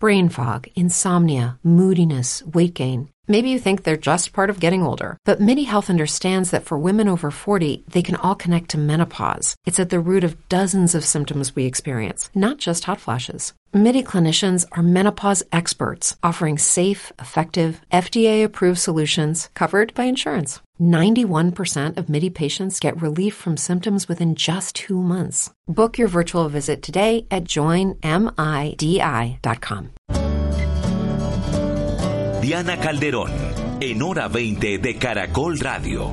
brain fog, insomnia, moodiness, weight gain. Maybe you think they're just part of getting older, but MIDI Health understands that for women over 40, they can all connect to menopause. It's at the root of dozens of symptoms we experience, not just hot flashes. MIDI clinicians are menopause experts, offering safe, effective, FDA-approved solutions covered by insurance. 91% of MIDI patients get relief from symptoms within just 2 months. Book your virtual visit today at joinmidi.com. Diana Calderón, en Hora 20 de Caracol Radio.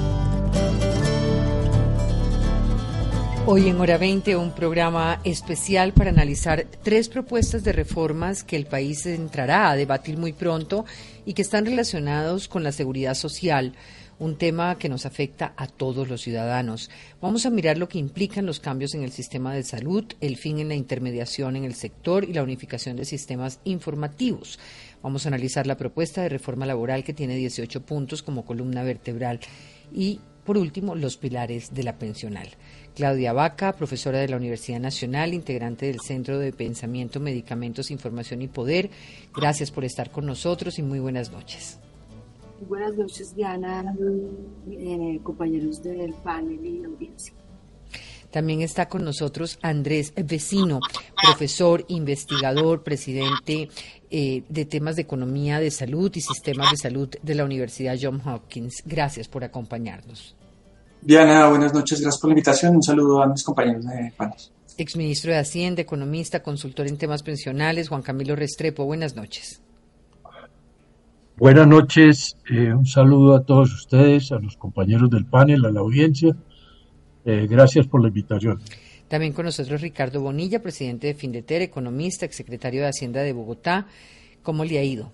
Hoy en Hora 20, un programa especial para analizar 3 propuestas de reformas que el país entrará a debatir muy pronto y que están relacionados con la seguridad social, un tema que nos afecta a todos los ciudadanos. Vamos a mirar lo que implican los cambios en el sistema de salud, el fin en la intermediación en el sector y la unificación de sistemas informativos. Vamos a analizar la propuesta de reforma laboral que tiene 18 puntos como columna vertebral y, por último, los pilares de la pensional. Claudia Vaca, profesora de la Universidad Nacional, integrante del Centro de Pensamiento, Medicamentos, Información y Poder. Gracias por estar con nosotros y muy buenas noches. Buenas noches, Diana, compañeros del panel y audiencia. También está con nosotros Andrés Vecino, profesor, investigador, presidente de temas de economía de salud y sistemas de salud de la Universidad Johns Hopkins. Gracias por acompañarnos. Diana, buenas noches, gracias por la invitación. Un saludo a mis compañeros de panel. Exministro de Hacienda, economista, consultor en temas pensionales, Juan Camilo Restrepo. Buenas noches. Buenas noches, un saludo a todos ustedes, a los compañeros del panel, a la audiencia. Gracias por la invitación. También con nosotros Ricardo Bonilla, presidente de Findeter, economista, exsecretario de Hacienda de Bogotá. ¿Cómo le ha ido?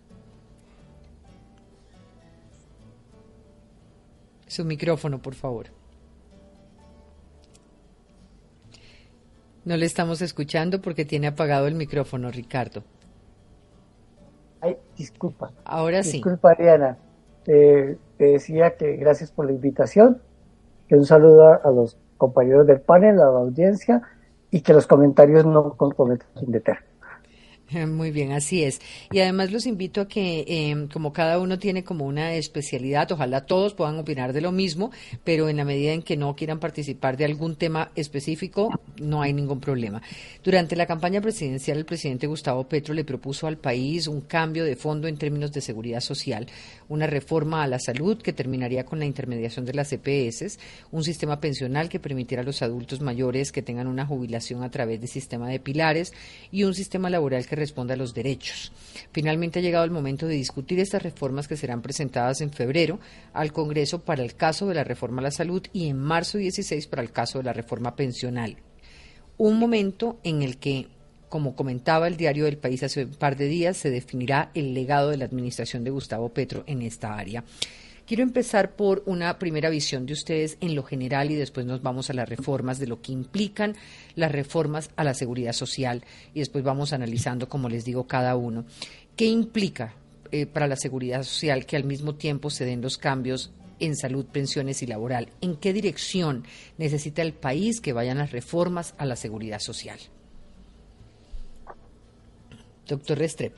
Su micrófono, por favor. No le estamos escuchando porque tiene apagado el micrófono, Ricardo. Ay, disculpa. Ahora sí. Disculpa, Diana. Te decía que gracias por la invitación, que un saludo a los compañeros del panel, a la audiencia, y que los comentarios no comprometan Findeter. Muy bien, así es. Y además los invito a que, como cada uno tiene como una especialidad, ojalá todos puedan opinar de lo mismo, pero en la medida en que no quieran participar de algún tema específico, no hay ningún problema. Durante la campaña presidencial, el presidente Gustavo Petro le propuso al país un cambio de fondo en términos de seguridad social, una reforma a la salud que terminaría con la intermediación de las EPS, un sistema pensional que permitiera a los adultos mayores que tengan una jubilación a través del sistema de pilares y un sistema laboral que responda a los derechos. Finalmente ha llegado el momento de discutir estas reformas que serán presentadas en febrero al Congreso para el caso de la reforma a la salud y en marzo 16 para el caso de la reforma pensional. Un momento en el que, como comentaba el diario del País hace un par de días, se definirá el legado de la administración de Gustavo Petro en esta área. Quiero empezar por una primera visión de ustedes en lo general y después nos vamos a las reformas, de lo que implican las reformas a la seguridad social y después vamos analizando, como les digo, cada uno. ¿Qué implica para la seguridad social que al mismo tiempo se den los cambios en salud, pensiones y laboral? ¿En qué dirección necesita el país que vayan las reformas a la seguridad social? Doctor Restrepo.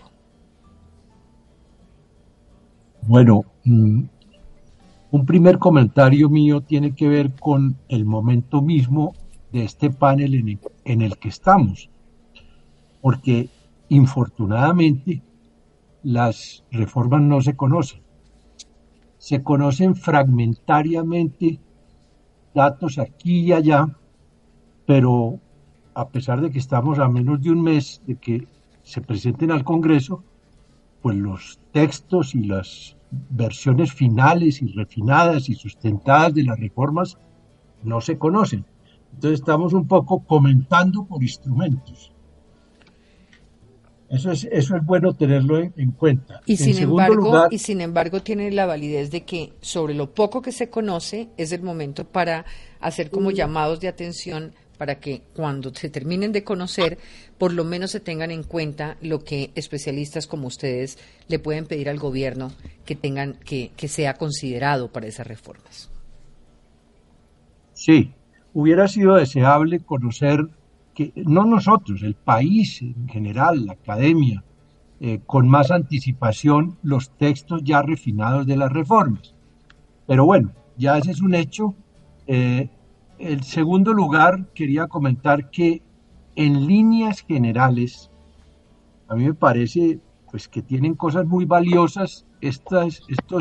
Bueno, un primer comentario mío tiene que ver con el momento mismo de este panel en el que estamos, porque infortunadamente las reformas no se conocen. Se conocen fragmentariamente, datos aquí y allá, pero a pesar de que estamos a menos de un mes de que se presenten al Congreso, pues los textos y las versiones finales y refinadas y sustentadas de las reformas no se conocen. Entonces estamos un poco comentando por instrumentos. Eso es bueno tenerlo en cuenta. Y sin embargo tiene la validez de que sobre lo poco que se conoce es el momento para hacer como llamados de atención para que cuando se terminen de conocer, por lo menos se tengan en cuenta lo que especialistas como ustedes le pueden pedir al gobierno que sea considerado para esas reformas. Sí, hubiera sido deseable conocer que no nosotros, el país en general, la academia, con más anticipación los textos ya refinados de las reformas. Pero bueno, ya ese es un hecho. En segundo lugar, quería comentar que en líneas generales, a mí me parece pues que tienen cosas muy valiosas estos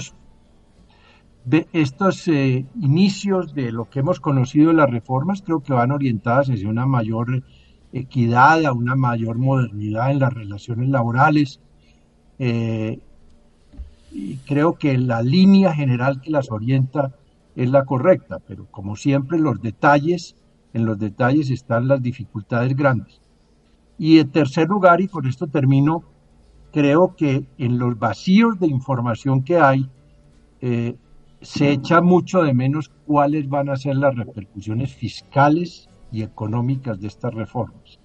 inicios de lo que hemos conocido de las reformas. Creo que van orientadas hacia una mayor equidad, a una mayor modernidad en las relaciones laborales, y creo que la línea general que las orienta es la correcta, pero como siempre en los detalles están las dificultades grandes. Y en tercer lugar, y con esto termino, creo que en los vacíos de información que hay, se echa mucho de menos cuáles van a ser las repercusiones fiscales y económicas de estas reformas.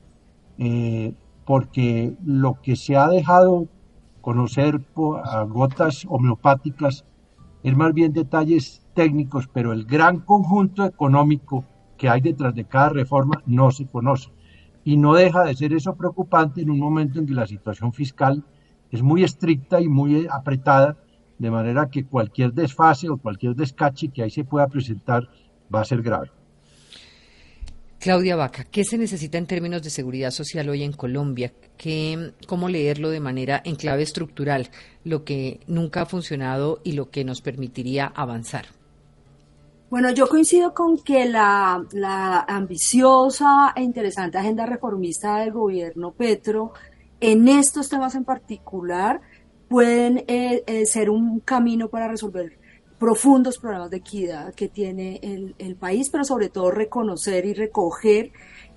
Porque lo que se ha dejado conocer a gotas homeopáticas es más bien detalles técnicos, pero el gran conjunto económico que hay detrás de cada reforma no se conoce. Y no deja de ser eso preocupante en un momento en que la situación fiscal es muy estricta y muy apretada, de manera que cualquier desfase o cualquier descache que ahí se pueda presentar va a ser grave. Claudia Vaca, ¿qué se necesita en términos de seguridad social hoy en Colombia? ¿Cómo leerlo de manera en clave estructural, lo que nunca ha funcionado y lo que nos permitiría avanzar? Bueno, yo coincido con que la ambiciosa e interesante agenda reformista del gobierno Petro en estos temas en particular pueden ser un camino para resolver profundos problemas de equidad que tiene el país, pero sobre todo reconocer y recoger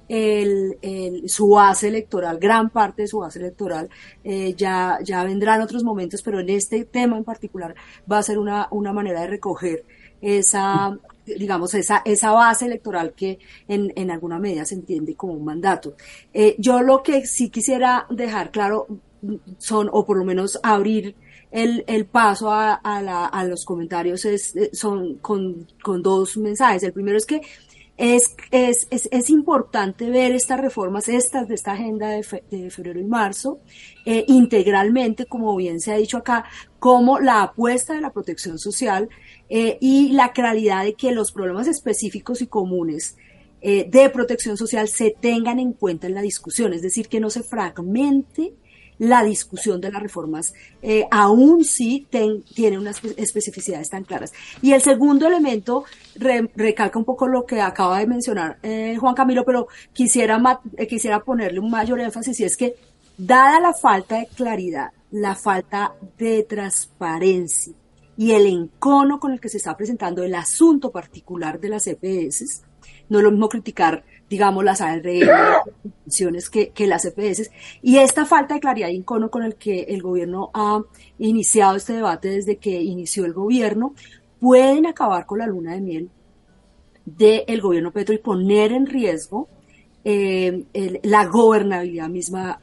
su base electoral, gran parte de su base electoral. Ya vendrán otros momentos, pero en este tema en particular va a ser una manera de recoger esa base electoral que en alguna medida se entiende como un mandato. Yo lo que sí quisiera dejar claro o por lo menos abrir el paso a los comentarios son con dos mensajes. El primero es que es importante ver estas reformas, de esta agenda de febrero y marzo, integralmente, como bien se ha dicho acá, como la apuesta de la protección social y la claridad de que los problemas específicos y comunes de protección social se tengan en cuenta en la discusión, es decir, que no se fragmente la discusión de las reformas, aún sí tiene unas especificidades tan claras. Y el segundo elemento recalca un poco lo que acaba de mencionar Juan Camilo, pero quisiera ponerle un mayor énfasis, y es que, dada la falta de claridad, la falta de transparencia y el encono con el que se está presentando el asunto particular de las EPS, no es lo mismo criticar, digamos, las ARL, que las EPS, y esta falta de claridad y encono con el que el gobierno ha iniciado este debate desde que inició el gobierno, pueden acabar con la luna de miel del gobierno Petro y poner en riesgo la gobernabilidad misma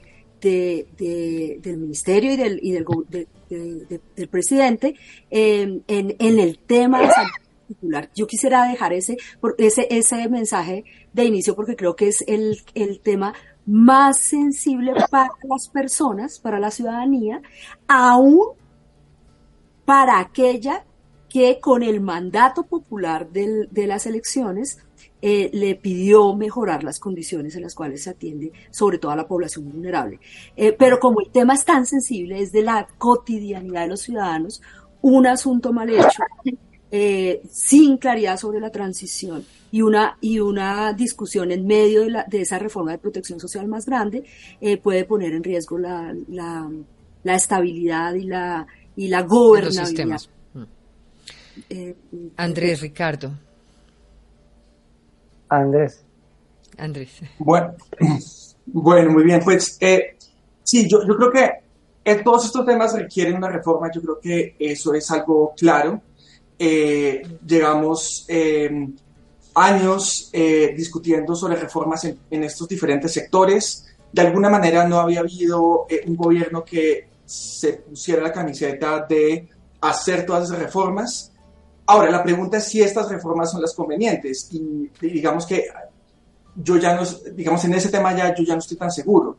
del ministerio y del presidente en el tema de salud particular. Yo quisiera dejar ese mensaje de inicio, porque creo que es el tema más sensible para las personas, para la ciudadanía, aún para aquella que con el mandato popular de las elecciones le pidió mejorar las condiciones en las cuales se atiende sobre todo a la población vulnerable. Pero como el tema es tan sensible, es de la cotidianidad de los ciudadanos, un asunto mal hecho, sin claridad sobre la transición y una discusión en medio de esa reforma de protección social más grande, puede poner en riesgo la estabilidad y la gobernabilidad. Andrés, Ricardo. Andrés. Bueno, muy bien, pues sí, yo creo que todos estos temas requieren una reforma. Yo creo que eso es algo claro. Llevamos años discutiendo sobre reformas en estos diferentes sectores. De alguna manera no había habido un gobierno que se pusiera la camiseta de hacer todas esas reformas. Ahora, la pregunta es si estas reformas son las convenientes, y digamos que yo ya no, digamos, en ese tema ya yo ya no estoy tan seguro.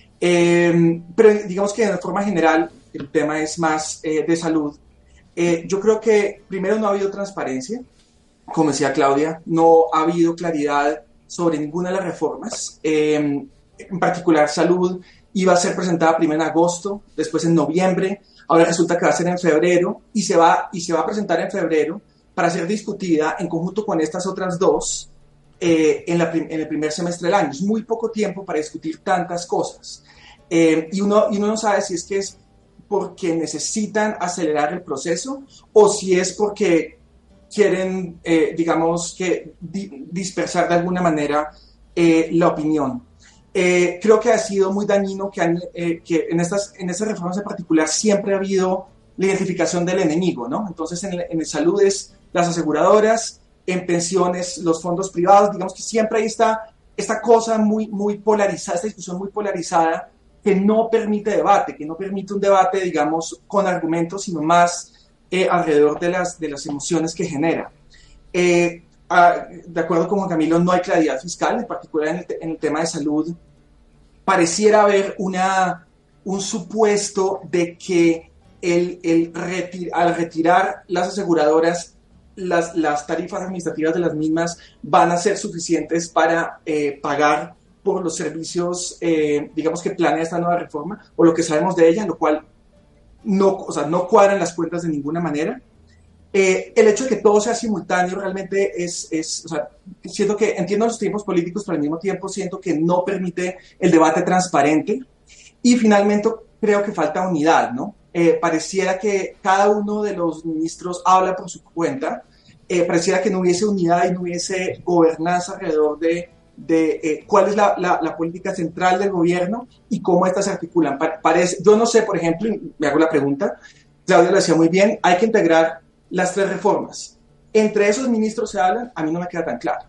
Pero digamos que de forma general, el tema es más de salud. Yo creo que primero no ha habido transparencia, como decía Claudia, no ha habido claridad sobre ninguna de las reformas. En particular, salud iba a ser presentada primero en agosto, después en noviembre, ahora resulta que va a ser en febrero y se va a presentar en febrero para ser discutida en conjunto con estas otras dos en el primer semestre del año. Es muy poco tiempo para discutir tantas cosas. Y uno no sabe si es que es porque necesitan acelerar el proceso o si es porque quieren, digamos, que dispersar de alguna manera la opinión. Creo que ha sido muy dañino que en estas reformas en particular siempre ha habido la identificación del enemigo, ¿no? Entonces, en salud es las aseguradoras, en pensiones los fondos privados, digamos que siempre hay esta cosa muy polarizada, esta discusión muy polarizada que no permite debate, que no permite un debate, digamos, con argumentos, sino más alrededor de las emociones que genera. De acuerdo con Juan Camilo, no hay claridad fiscal, en particular en el tema de salud. Pareciera haber un supuesto de que al retirar las aseguradoras, las tarifas administrativas de las mismas van a ser suficientes para pagar por los servicios, digamos, que planea esta nueva reforma, o lo que sabemos de ella, lo cual no cuadran las cuentas de ninguna manera. El hecho de que todo sea simultáneo realmente siento que entiendo los tiempos políticos, pero al mismo tiempo siento que no permite el debate transparente. Y finalmente creo que falta unidad, ¿no? Pareciera que cada uno de los ministros habla por su cuenta, pareciera que no hubiese unidad y no hubiese gobernanza alrededor de cuál es la política central del gobierno y cómo estas se articulan. Yo no sé, por ejemplo, y me hago la pregunta, Claudia lo decía muy bien, hay que integrar las tres reformas. Entre esos ministros se hablan, a mí no me queda tan claro.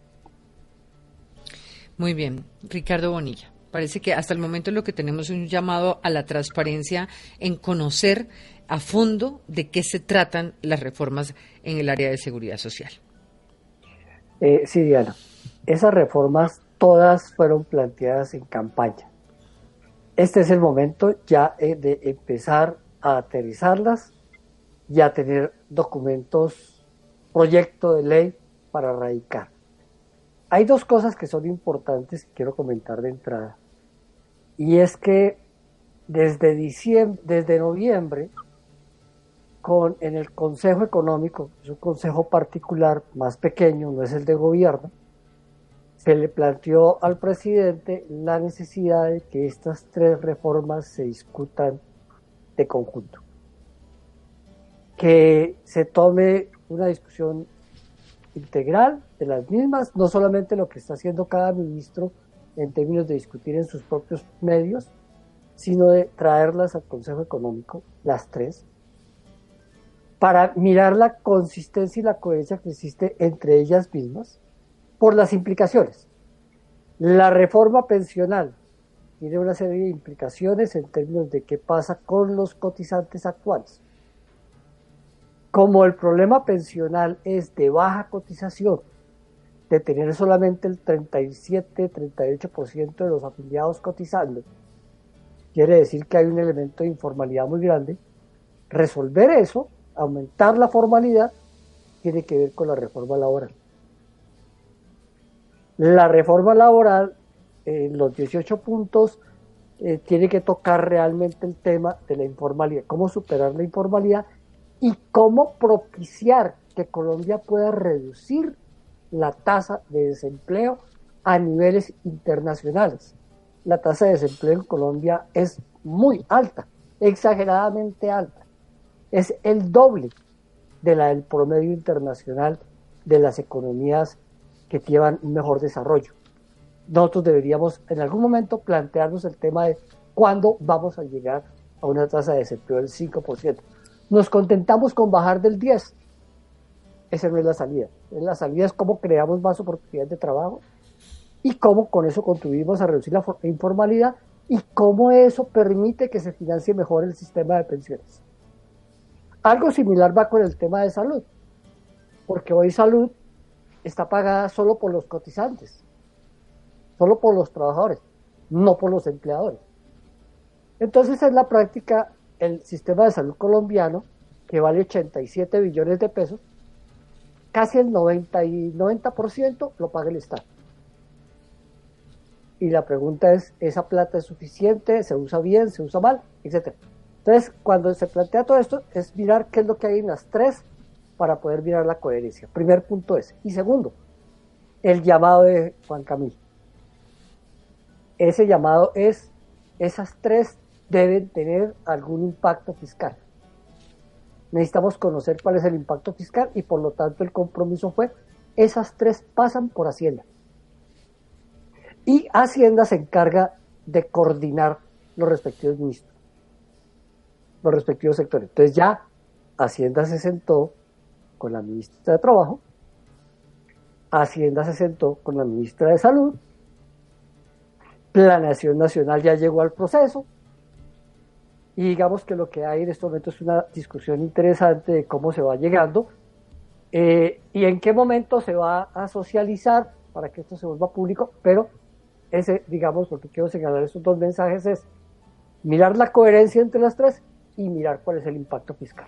Muy bien, Ricardo Bonilla. Parece que hasta el momento lo que tenemos es un llamado a la transparencia en conocer a fondo de qué se tratan las reformas en el área de seguridad social. Sí, Diana. Esas reformas todas fueron planteadas en campaña. Este es el momento ya de empezar a aterrizarlas y a tener documentos, proyecto de ley para radicar. Hay dos cosas que son importantes que quiero comentar de entrada. Y es que desde noviembre, en el Consejo Económico, es un consejo particular más pequeño, no es el de gobierno, se le planteó al presidente la necesidad de que estas tres reformas se discutan de conjunto. Que se tome una discusión integral de las mismas, no solamente lo que está haciendo cada ministro en términos de discutir en sus propios medios, sino de traerlas al Consejo Económico, las tres, para mirar la consistencia y la coherencia que existe entre ellas mismas, por las implicaciones. La reforma pensional tiene una serie de implicaciones en términos de qué pasa con los cotizantes actuales. Como el problema pensional es de baja cotización, de tener solamente el 37-38% de los afiliados cotizando, quiere decir que hay un elemento de informalidad muy grande. Resolver eso, aumentar la formalidad, tiene que ver con la reforma laboral. La reforma laboral, los 18 puntos, tiene que tocar realmente el tema de la informalidad, cómo superar la informalidad y cómo propiciar que Colombia pueda reducir la tasa de desempleo a niveles internacionales. La tasa de desempleo en Colombia es muy alta, exageradamente alta. Es el doble de la del promedio internacional de las economías que llevan un mejor desarrollo. Nosotros deberíamos en algún momento plantearnos el tema de cuándo vamos a llegar a una tasa de desempleo del 5%. Nos contentamos con bajar del 10%. Esa no es la salida. La salida es cómo creamos más oportunidades de trabajo y cómo con eso contribuimos a reducir la informalidad y cómo eso permite que se financie mejor el sistema de pensiones. Algo similar va con el tema de salud, porque hoy salud está pagada solo por los cotizantes. solo por los trabajadores, no por los empleadores. Entonces, en la práctica, el sistema de salud colombiano, que vale 87 billones de pesos, casi el 90% lo paga el Estado. Y la pregunta es, ¿esa plata es suficiente? ¿Se usa bien? ¿Se usa mal? Etcétera. Entonces, cuando se plantea todo esto, es mirar qué es lo que hay en las tres para poder mirar la coherencia. Primer punto ese. Y segundo, el llamado de Juan Camilo. Ese llamado es, esas tres deben tener algún impacto fiscal. Necesitamos conocer cuál es el impacto fiscal y por lo tanto el compromiso fue, esas tres pasan por Hacienda. Y Hacienda se encarga de coordinar los respectivos ministros, los respectivos sectores. Entonces ya Hacienda se sentó con la ministra de Trabajo, Hacienda se sentó con la ministra de Salud, Planeación Nacional ya llegó al proceso, y digamos que lo que hay en este momento es una discusión interesante de cómo se va llegando y en qué momento se va a socializar para que esto se vuelva público, pero ese, digamos, lo que quiero señalar estos dos mensajes es mirar la coherencia entre las tres y mirar cuál es el impacto fiscal.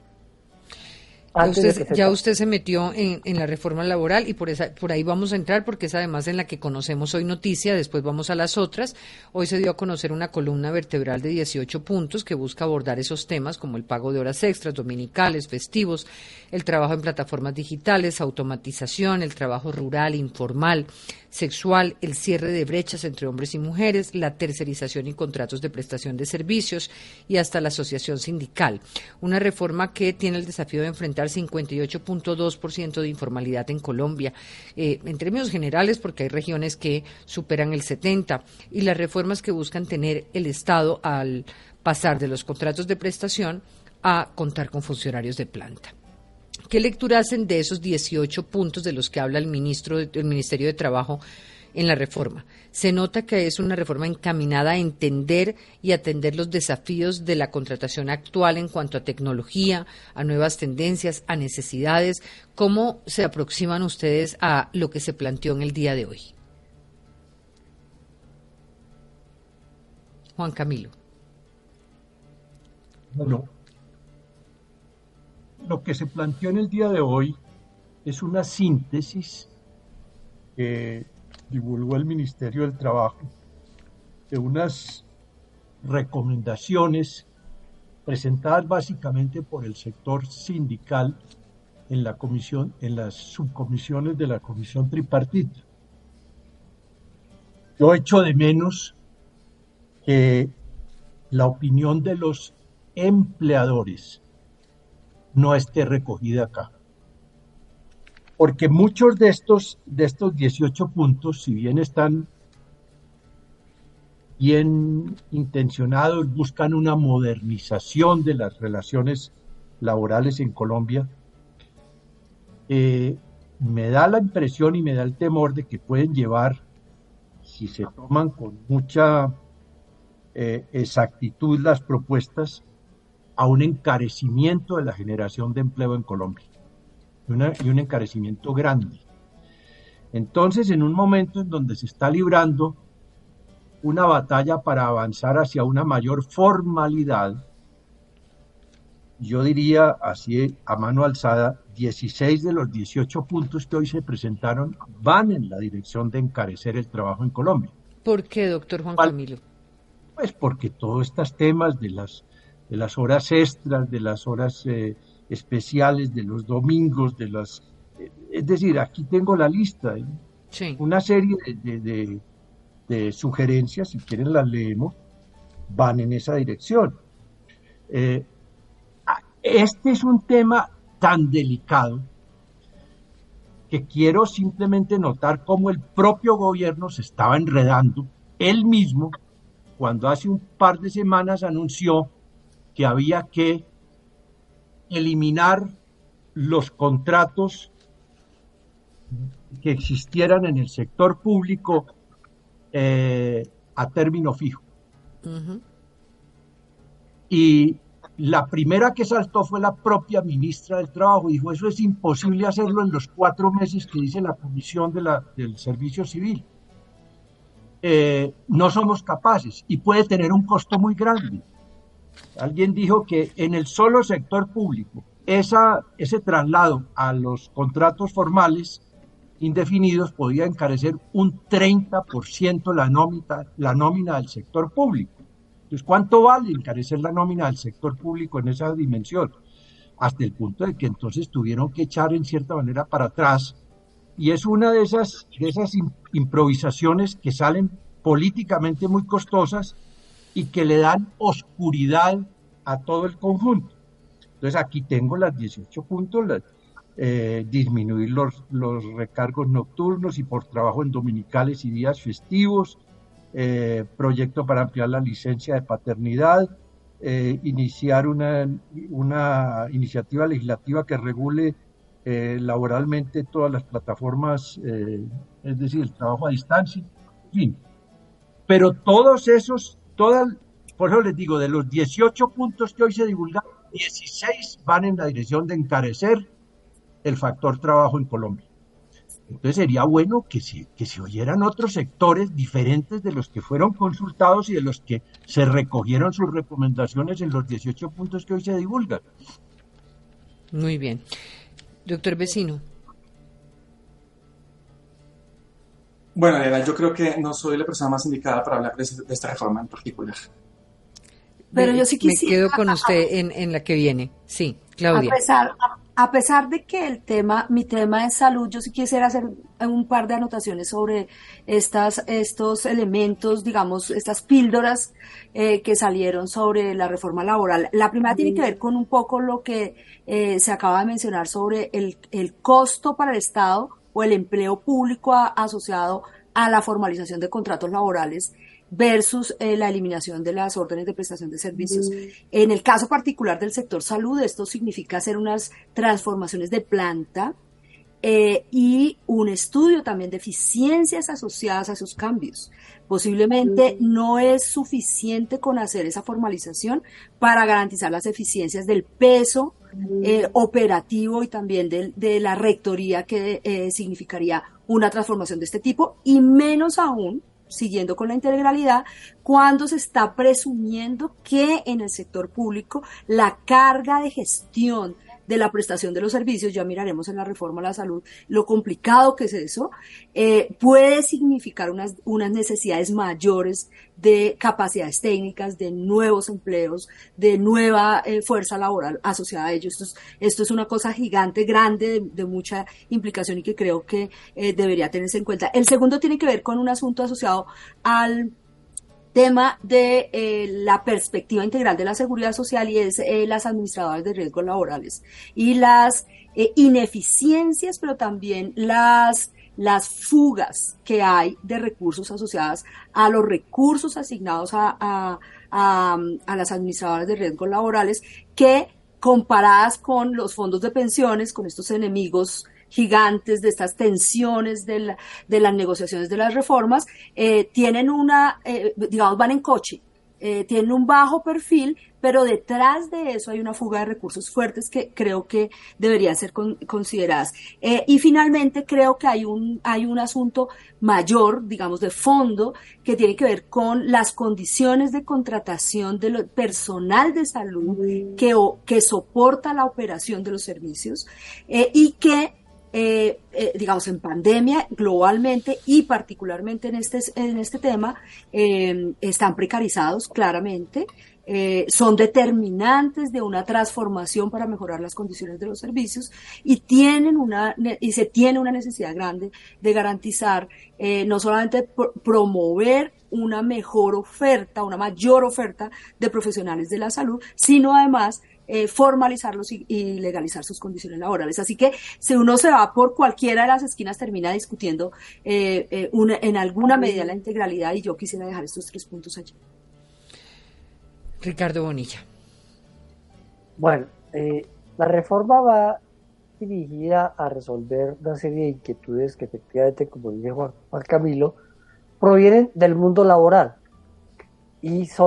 Usted se metió en la reforma laboral y por ahí vamos a entrar porque es además en la que conocemos hoy noticia, después vamos a las otras. Hoy se dio a conocer una columna vertebral de 18 puntos que busca abordar esos temas como el pago de horas extras, dominicales, festivos, el trabajo en plataformas digitales, automatización, el trabajo rural, informal, sexual, el cierre de brechas entre hombres y mujeres, la tercerización y contratos de prestación de servicios y hasta la asociación sindical. Una reforma que tiene el desafío de enfrentar 58.2% de informalidad en Colombia, en términos generales porque hay regiones que superan el 70%, y las reformas que buscan tener el Estado al pasar de los contratos de prestación a contar con funcionarios de planta. ¿Qué lectura hacen de esos 18 puntos de los que habla el Ministerio de Trabajo en la reforma? Se nota que es una reforma encaminada a entender y atender los desafíos de la contratación actual en cuanto a tecnología, a nuevas tendencias, a necesidades. ¿Cómo se aproximan ustedes a lo que se planteó en el día de hoy? Juan Camilo. Bueno, lo que se planteó en el día de hoy es una síntesis que divulgó el Ministerio del Trabajo de unas recomendaciones presentadas básicamente por el sector sindical en la comisión, en las subcomisiones de la comisión tripartita. Yo echo de menos que la opinión de los empleadores no esté recogida acá. Porque muchos de estos 18 puntos, si bien están bien intencionados, buscan una modernización de las relaciones laborales en Colombia, me da la impresión y me da el temor de que pueden llevar, si se toman con mucha exactitud las propuestas, a un encarecimiento de la generación de empleo en Colombia y un encarecimiento grande. Entonces, en un momento en donde se está librando una batalla para avanzar hacia una mayor formalidad, yo diría así a mano alzada, 16 de los 18 puntos que hoy se presentaron van en la dirección de encarecer el trabajo en Colombia. ¿Por qué, doctor Juan Camilo? Pues porque todos estos temas de las horas extras, de las horas especiales, de los domingos, es decir, aquí tengo la lista, sí. Una serie de sugerencias, si quieren las leemos, van en esa dirección. Este es un tema tan delicado que quiero simplemente notar cómo el propio gobierno se estaba enredando él mismo cuando hace un par de semanas anunció que había que eliminar los contratos que existieran en el sector público a término fijo. Uh-huh. Y la primera que saltó fue la propia ministra del Trabajo. Dijo, eso es imposible hacerlo en los 4 meses que dice la comisión del Servicio Civil. no somos capaces y puede tener un costo muy grande. Alguien dijo que en el solo sector público, ese traslado a los contratos formales indefinidos podía encarecer un 30% la nómina del sector público. Entonces, ¿cuánto vale encarecer la nómina del sector público en esa dimensión? Hasta el punto de que entonces tuvieron que echar en cierta manera para atrás, y es una de esas improvisaciones que salen políticamente muy costosas y que le dan oscuridad a todo el conjunto. Entonces aquí tengo las 18 puntos, disminuir los recargos nocturnos y por trabajo en dominicales y días festivos, proyecto para ampliar la licencia de paternidad, iniciar una iniciativa legislativa que regule laboralmente todas las plataformas, es decir, el trabajo a distancia, en fin. Pero todos esos, por eso les digo, de los 18 puntos que hoy se divulgaron, 16 van en la dirección de encarecer el factor trabajo en Colombia. Entonces sería bueno que se oyeran otros sectores diferentes de los que fueron consultados y de los que se recogieron sus recomendaciones en los 18 puntos que hoy se divulgan. Muy bien. Doctor Vecino. Bueno, Elena, yo creo que no soy la persona más indicada para hablar de esta reforma en particular. Pero yo sí quisiera... Me quedo con usted en la que viene. Sí, Claudia. A pesar de que mi tema es salud, yo sí quisiera hacer un par de anotaciones sobre estos elementos, digamos, estas píldoras que salieron sobre la reforma laboral. La primera tiene que ver con un poco lo que se acaba de mencionar sobre el costo para el Estado o el empleo público asociado a la formalización de contratos laborales versus la eliminación de las órdenes de prestación de servicios. En el caso particular del sector salud, esto significa hacer unas transformaciones de planta y un estudio también de eficiencias asociadas a esos cambios. Posiblemente no es suficiente con hacer esa formalización para garantizar las eficiencias del peso operativo y también de la rectoría que significaría una transformación de este tipo, y menos aún, siguiendo con la integralidad, cuando se está presumiendo que en el sector público la carga de gestión de la prestación de los servicios, ya miraremos en la reforma a la salud lo complicado que es eso, puede significar unas necesidades mayores de capacidades técnicas, de nuevos empleos, de nueva fuerza laboral asociada a ello. Esto es una cosa gigante, grande, de mucha implicación y que creo que debería tenerse en cuenta. El segundo tiene que ver con un asunto asociado al tema de la perspectiva integral de la seguridad social, y es las administradoras de riesgos laborales y las ineficiencias, pero también las fugas que hay de recursos asociadas a los recursos asignados a las administradoras de riesgos laborales, que comparadas con los fondos de pensiones, con estos enemigos gigantes de estas tensiones de las negociaciones de las reformas, tienen digamos, van en coche, tienen un bajo perfil, pero detrás de eso hay una fuga de recursos fuertes que creo que deberían ser consideradas. Y finalmente creo que hay un asunto mayor, digamos, de fondo, que tiene que ver con las condiciones de contratación del personal de salud que soporta la operación de los servicios, y que digamos, en pandemia globalmente y particularmente en este tema, están precarizados claramente, son determinantes de una transformación para mejorar las condiciones de los servicios, y se tiene una necesidad grande de garantizar no solamente promover una mejor oferta, una mayor oferta de profesionales de la salud, sino además formalizarlos y legalizar sus condiciones laborales. Así que si uno se va por cualquiera de las esquinas, termina discutiendo en alguna medida la integralidad, y yo quisiera dejar estos 3 puntos allí. Ricardo Bonilla. Bueno, la reforma va dirigida a resolver una serie de inquietudes que efectivamente, como dijo Juan Camilo, provienen del mundo laboral y es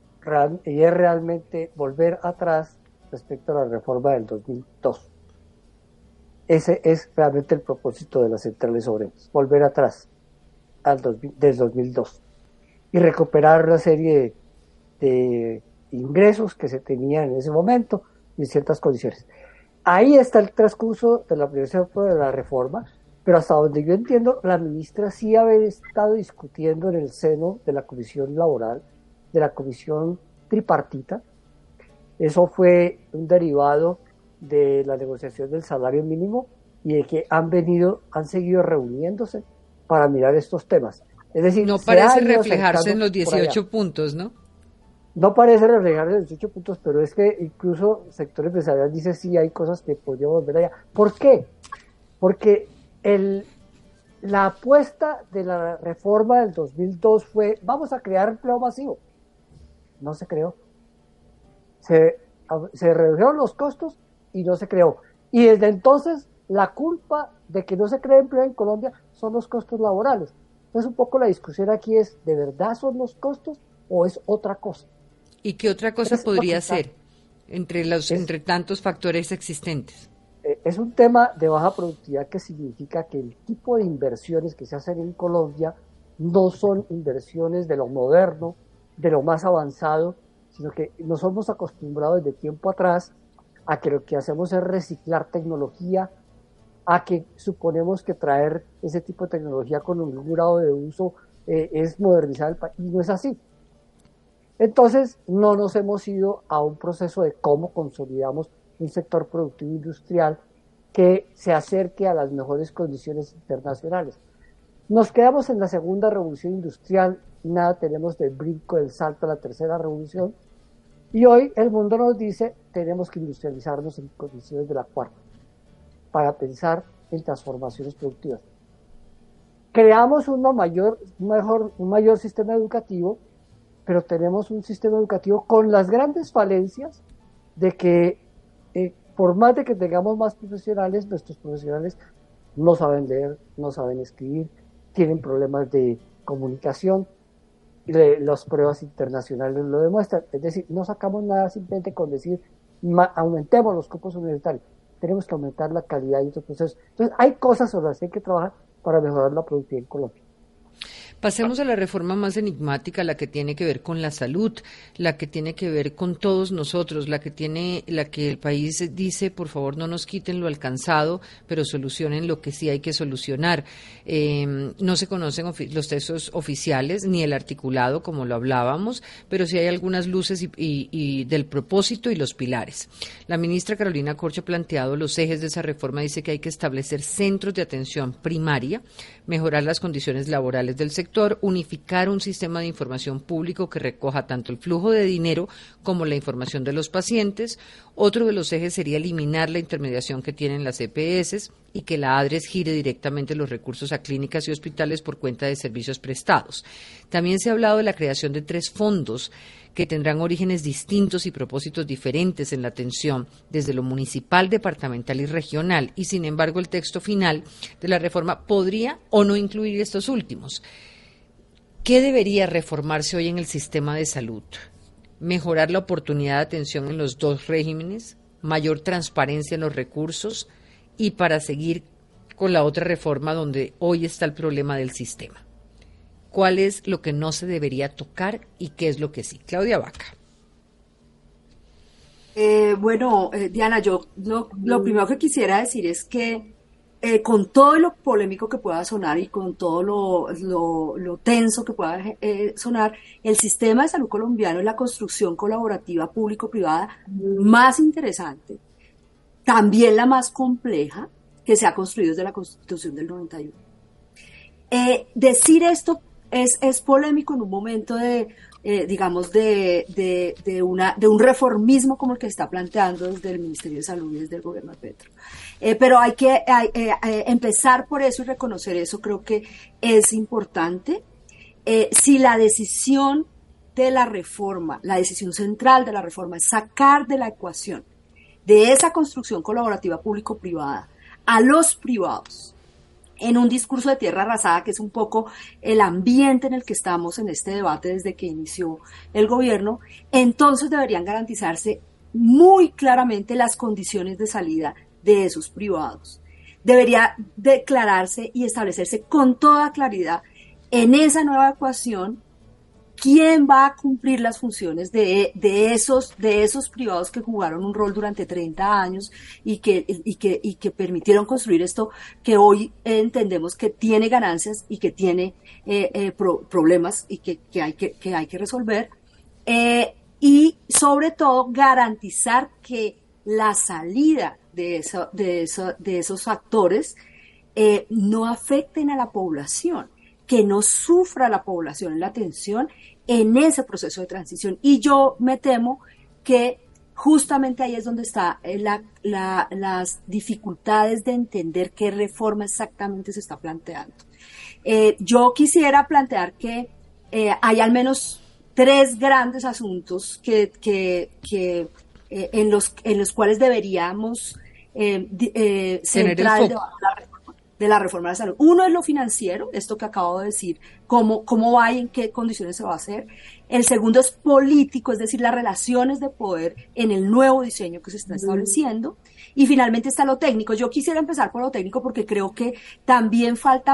realmente volver atrás respecto a la reforma del 2002. Ese es realmente el propósito de las centrales obreras, volver atrás. desde 2002 y recuperar una serie de ingresos que se tenían en ese momento y en ciertas condiciones. Ahí está el transcurso de la primera de la reforma, pero hasta donde yo entiendo, la ministra sí había estado discutiendo en el seno de la Comisión Laboral, de la Comisión Tripartita. Eso fue un derivado de la negociación del salario mínimo y de que han seguido reuniéndose para mirar estos temas. Es decir, no parece reflejarse en los 18 puntos, ¿no? No parece reflejarse en los 18 puntos, pero es que incluso el sector empresarial dice sí, hay cosas que podríamos ver allá. ¿Por qué? Porque la apuesta de la reforma del 2002 fue, vamos a crear empleo masivo. No se creó. Se redujeron los costos y no se creó. Y desde entonces, la culpa de que no se cree empleo en Colombia son los costos laborales. Entonces, un poco la discusión aquí es, ¿de verdad son los costos o es otra cosa? ¿Y qué otra cosa podría ser entre tantos factores existentes? Es un tema de baja productividad que significa que el tipo de inversiones que se hacen en Colombia no son inversiones de lo moderno, de lo más avanzado, sino que nos hemos acostumbrado desde tiempo atrás a que lo que hacemos es reciclar tecnología, a que suponemos que traer ese tipo de tecnología con un grado de uso es modernizar el país, y no es así. Entonces, no nos hemos ido a un proceso de cómo consolidamos un sector productivo industrial que se acerque a las mejores condiciones internacionales. Nos quedamos en la segunda revolución industrial, nada tenemos del brinco, del salto a la tercera revolución, y hoy el mundo nos dice, tenemos que industrializarnos en condiciones de la cuarta, para pensar en transformaciones productivas. Creamos un mayor sistema educativo, pero tenemos un sistema educativo con las grandes falencias de que por más de que tengamos más profesionales, nuestros profesionales no saben leer, no saben escribir, tienen problemas de comunicación, y las pruebas internacionales lo demuestran. Es decir, no sacamos nada simplemente con decir aumentemos los cupos universitarios, tenemos que aumentar la calidad de estos procesos. Entonces, hay cosas sobre las que hay que trabajar para mejorar la productividad en Colombia. Pasemos a la reforma más enigmática, la que tiene que ver con la salud, la que tiene que ver con todos nosotros, la que el país dice, por favor, no nos quiten lo alcanzado, pero solucionen lo que sí hay que solucionar. No se conocen los textos oficiales ni el articulado, como lo hablábamos, pero sí hay algunas luces y del propósito y los pilares. La ministra Carolina Corcho ha planteado los ejes de esa reforma, dice que hay que establecer centros de atención primaria, mejorar las condiciones laborales del sector, unificar un sistema de información público que recoja tanto el flujo de dinero como la información de los pacientes. Otro de los ejes sería eliminar la intermediación que tienen las EPS y que la ADRES gire directamente los recursos a clínicas y hospitales por cuenta de servicios prestados. También se ha hablado de la creación de 3 fondos que tendrán orígenes distintos y propósitos diferentes en la atención, desde lo municipal, departamental y regional, y sin embargo el texto final de la reforma podría o no incluir estos últimos. ¿Qué debería reformarse hoy en el sistema de salud? Mejorar la oportunidad de atención en los 2 regímenes, mayor transparencia en los recursos y para seguir con la otra reforma donde hoy está el problema del sistema. ¿Cuál es lo que no se debería tocar y qué es lo que sí? Claudia Vaca. Diana, yo lo primero que quisiera decir es que con todo lo polémico que pueda sonar y con todo lo tenso que pueda sonar, el sistema de salud colombiano es la construcción colaborativa público-privada más interesante, también la más compleja que se ha construido desde la Constitución del 91. Decir esto es polémico en un momento de un reformismo como el que está planteando desde el Ministerio de Salud y desde el gobierno de Petro. Pero hay que empezar por eso y reconocer eso, creo que es importante. Si la decisión de la reforma, la decisión central de la reforma es sacar de la ecuación de esa construcción colaborativa público-privada a los privados, en un discurso de tierra arrasada, que es un poco el ambiente en el que estamos en este debate desde que inició el gobierno, entonces deberían garantizarse muy claramente las condiciones de salida de esos privados. Debería declararse y establecerse con toda claridad en esa nueva ecuación, ¿quién va a cumplir las funciones de esos privados que jugaron un rol durante 30 años y que permitieron construir esto que hoy entendemos que tiene ganancias y que tiene problemas y que hay que resolver? Y sobre todo garantizar que la salida de esos actores no afecten a la población, que no sufra la población en la atención en ese proceso de transición. Y yo me temo que justamente ahí es donde está las dificultades de entender qué reforma exactamente se está planteando. Yo quisiera plantear que hay al menos 3 grandes asuntos en los cuales deberíamos centrar el debate de la reforma de la salud. Uno es lo financiero, esto que acabo de decir, cómo va y en qué condiciones se va a hacer. El segundo es político, es decir, las relaciones de poder en el nuevo diseño que se está estableciendo. Y finalmente está lo técnico. Yo quisiera empezar por lo técnico porque creo que también falta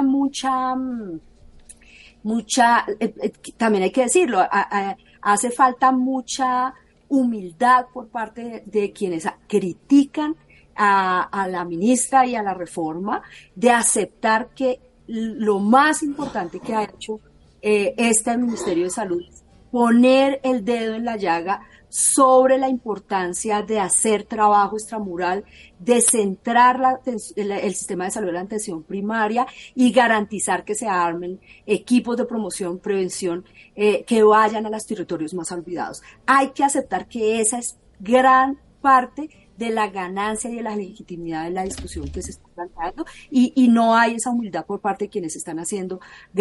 también hay que decirlo, hace falta mucha humildad por parte de quienes critican a la ministra y a la reforma, de aceptar que lo más importante que ha hecho este Ministerio de Salud es poner el dedo en la llaga sobre la importancia de hacer trabajo extramural, de centrar el sistema de salud en la atención primaria y garantizar que se armen equipos de promoción, prevención, que vayan a los territorios más olvidados. Hay que aceptar que esa es gran parte de la ganancia y de la legitimidad de la discusión que se está planteando, y no hay esa humildad por parte de quienes están haciendo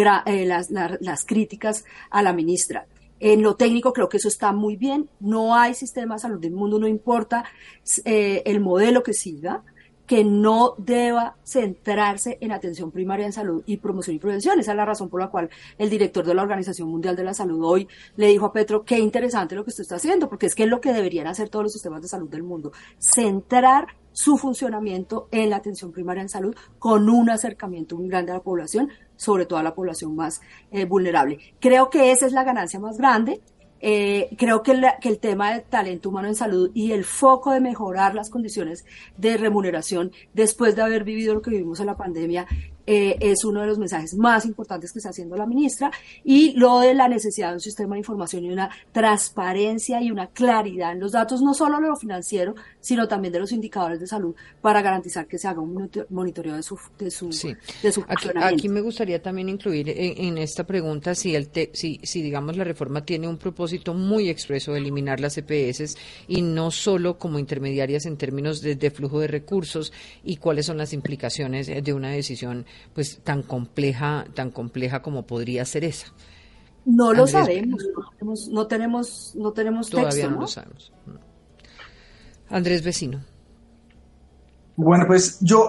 las críticas a la ministra. En lo técnico creo que eso está muy bien, no hay sistema de salud del mundo, no importa el modelo que siga, que no deba centrarse en atención primaria en salud y promoción y prevención. Esa es la razón por la cual el director de la Organización Mundial de la Salud hoy le dijo a Petro, qué interesante lo que usted está haciendo, porque es que es lo que deberían hacer todos los sistemas de salud del mundo, centrar su funcionamiento en la atención primaria en salud con un acercamiento muy grande a la población, sobre todo a la población más vulnerable. Creo que esa es la ganancia más grande. Creo que el tema del talento humano en salud y el foco de mejorar las condiciones de remuneración después de haber vivido lo que vivimos en la pandemia es uno de los mensajes más importantes que está haciendo la ministra, y lo de la necesidad de un sistema de información y una transparencia y una claridad en los datos, no solo de lo financiero, sino también de los indicadores de salud, para garantizar que se haga un monitoreo de su funcionamiento. Aquí me gustaría también incluir en esta pregunta si digamos la reforma tiene un propósito muy expreso de eliminar las EPS y no solo como intermediarias en términos de flujo de recursos, y cuáles son las implicaciones de una decisión pues tan compleja como podría ser esa. No lo sabemos, no tenemos todavía texto, no lo sabemos. Andrés Vecino. Bueno, pues yo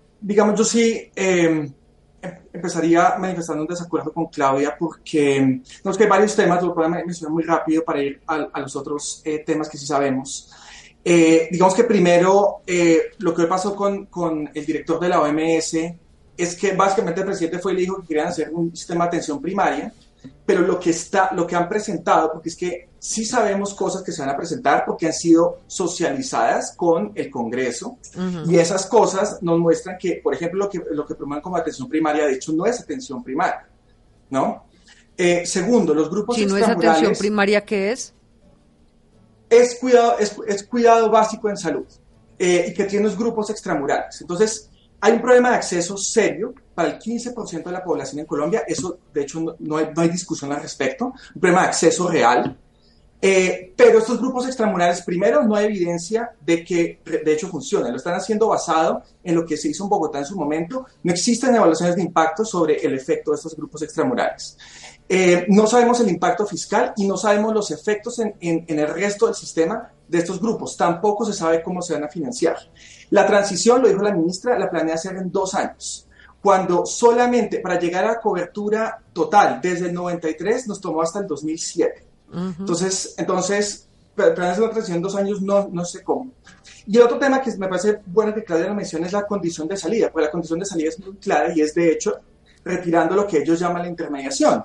sí empezaría manifestando un desacuerdo con Claudia, porque no, es que hay varios temas, lo puedo mencionar muy rápido para ir a los otros temas que sí sabemos. Digamos que primero, lo que pasó con el director de la OMS es que básicamente el presidente fue y le dijo que querían hacer un sistema de atención primaria, pero lo que han presentado, porque es que sí sabemos cosas que se van a presentar porque han sido socializadas con el Congreso, y esas cosas nos muestran que, por ejemplo, lo que promueven como atención primaria, de hecho, no es atención primaria, ¿no? Segundo, los grupos extramurales... Si no es atención primaria, ¿qué es? Es cuidado básico en salud, y que tiene los grupos extramurales. Entonces, hay un problema de acceso serio para el 15% de la población en Colombia. Eso, de hecho, no hay discusión al respecto. Un problema de acceso real. Pero estos grupos extramurales, primero, no hay evidencia de que de hecho funcionen. Lo están haciendo basado en lo que se hizo en Bogotá en su momento. No existen evaluaciones de impacto sobre el efecto de estos grupos extramurales. No sabemos el impacto fiscal y no sabemos los efectos en el resto del sistema de estos grupos. Tampoco se sabe cómo se van a financiar. La transición, lo dijo la ministra, la planea hacer en 2 años. Cuando solamente para llegar a la cobertura total desde el 93 nos tomó hasta el 2007. Entonces planear una transición en 2 años no sé cómo. Y el otro tema que me parece bueno que Claudia lo mencione es la condición de salida, porque la condición de salida es muy clara y es, de hecho, retirando lo que ellos llaman la intermediación.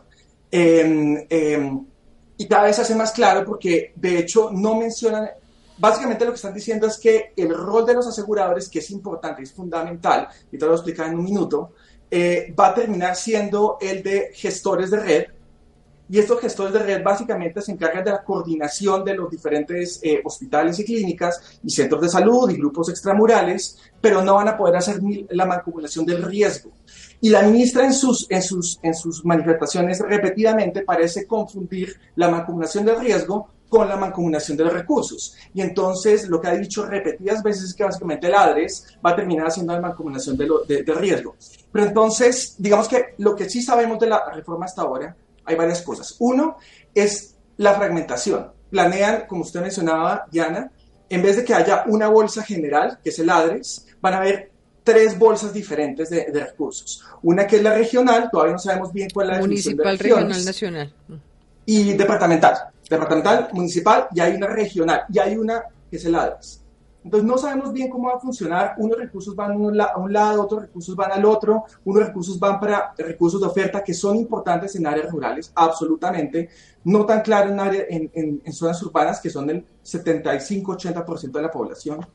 Y cada vez se hace más claro porque, de hecho, no mencionan, básicamente lo que están diciendo es que el rol de los aseguradores, que es importante, es fundamental, y te lo voy a explicar en un minuto, va a terminar siendo el de gestores de red. Y estos gestores de red básicamente se encargan de la coordinación de los diferentes hospitales y clínicas y centros de salud y grupos extramurales, pero no van a poder hacer la mancomunación del riesgo. Y la ministra en sus manifestaciones repetidamente parece confundir la mancomunación del riesgo con la mancomunación de los recursos. Y entonces lo que ha dicho repetidas veces es que básicamente el ADRES va a terminar haciendo la mancomunación de riesgo. Pero entonces, digamos que lo que sí sabemos de la reforma hasta ahora, hay varias cosas. Uno es la fragmentación. Planean, como usted mencionaba, Diana, en vez de que haya una bolsa general, que es el ADRES, van a haber 3 bolsas diferentes de recursos. Una que es la regional, todavía no sabemos bien cuál es la definición de municipal, regional, nacional. Y departamental, municipal, y hay una regional, y hay una que es el ADRES. Entonces no sabemos bien cómo va a funcionar, unos recursos van a un lado, otros recursos van al otro, unos recursos van para recursos de oferta que son importantes en áreas rurales, absolutamente, no tan claro en zonas urbanas que son del 75-80% de la población.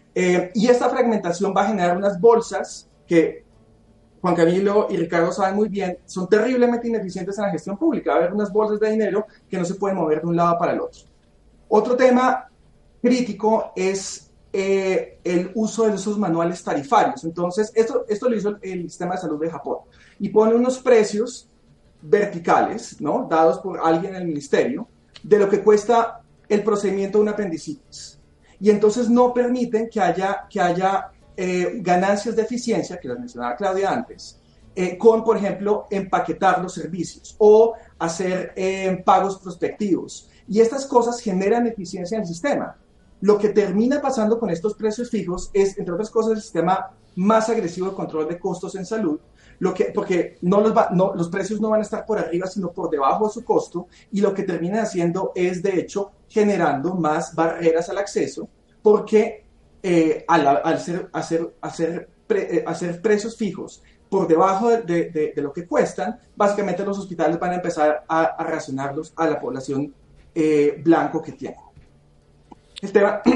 Y esta fragmentación va a generar unas bolsas que Juan Camilo y Ricardo saben muy bien, son terriblemente ineficientes en la gestión pública. Va a haber unas bolsas de dinero que no se pueden mover de un lado para el otro. Otro tema crítico es el uso de esos manuales tarifarios. Entonces, esto lo hizo el sistema de salud de Japón y pone unos precios verticales, ¿no?, dados por alguien en el ministerio, de lo que cuesta el procedimiento de una apendicitis. Y entonces no permiten que haya ganancias de eficiencia, que las mencionaba Claudia antes, con, por ejemplo, empaquetar los servicios o hacer pagos prospectivos. Y estas cosas generan eficiencia en el sistema. Lo que termina pasando con estos precios fijos es, entre otras cosas, el sistema más agresivo de control de costos en salud, porque los precios no van a estar por arriba, sino por debajo de su costo, y lo que termina haciendo es, de hecho, generando más barreras al acceso, porque al hacer precios fijos por debajo de lo que cuestan, básicamente los hospitales van a empezar a racionarlos a la población blanco que tienen. El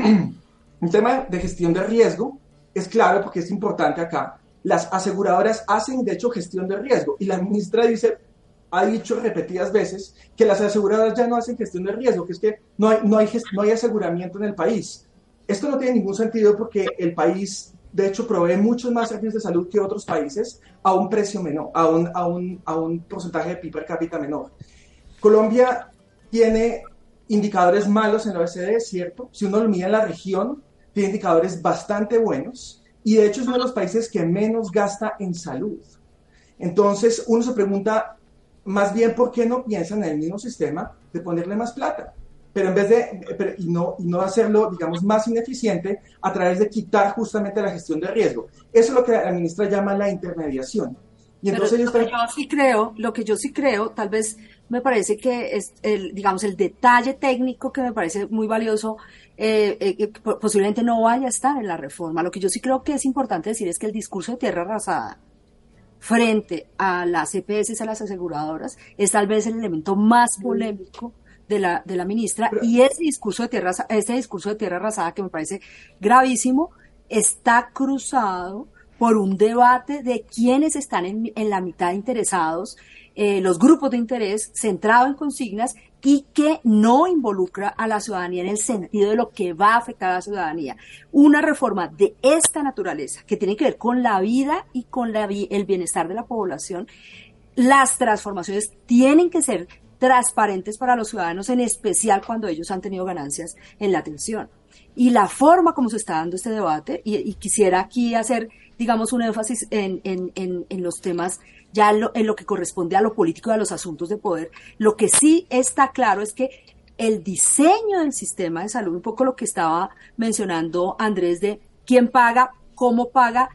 tema de gestión de riesgo es claro porque es importante acá. Las aseguradoras hacen, de hecho, gestión de riesgo, y la ministra ha dicho repetidas veces que las aseguradoras ya no hacen gestión de riesgo, que es que no hay aseguramiento en el país. Esto no tiene ningún sentido porque el país, de hecho, provee muchos más servicios de salud que otros países a un precio menor, a un porcentaje de PIB per cápita menor. Colombia tiene indicadores malos en la OECD, es cierto. Si uno lo mira en la región, tiene indicadores bastante buenos y de hecho es uno de los países que menos gasta en salud. Entonces uno se pregunta más bien por qué no piensan en el mismo sistema de ponerle más plata, pero en vez de y no hacerlo, digamos, más ineficiente a través de quitar justamente la gestión de riesgo. Eso es lo que la ministra llama la intermediación. Y entonces lo que yo sí creo, tal vez me parece que es el detalle técnico que me parece muy valioso, posiblemente no vaya a estar en la reforma. Lo que yo sí creo que es importante decir es que el discurso de tierra arrasada frente a las EPS, a las aseguradoras, es tal vez el elemento más polémico de la ministra, y ese discurso de tierra arrasada, que me parece gravísimo, está cruzado por un debate de quienes están en la mitad interesados, los grupos de interés centrado en consignas y que no involucra a la ciudadanía en el sentido de lo que va a afectar a la ciudadanía. Una reforma de esta naturaleza, que tiene que ver con la vida y con el bienestar de la población, las transformaciones tienen que ser transparentes para los ciudadanos, en especial cuando ellos han tenido ganancias en la atención. Y la forma como se está dando este debate, y quisiera aquí hacer, digamos, un énfasis en los temas, ya en lo que corresponde a lo político y a los asuntos de poder, lo que sí está claro es que el diseño del sistema de salud, un poco lo que estaba mencionando Andrés, de quién paga, cómo paga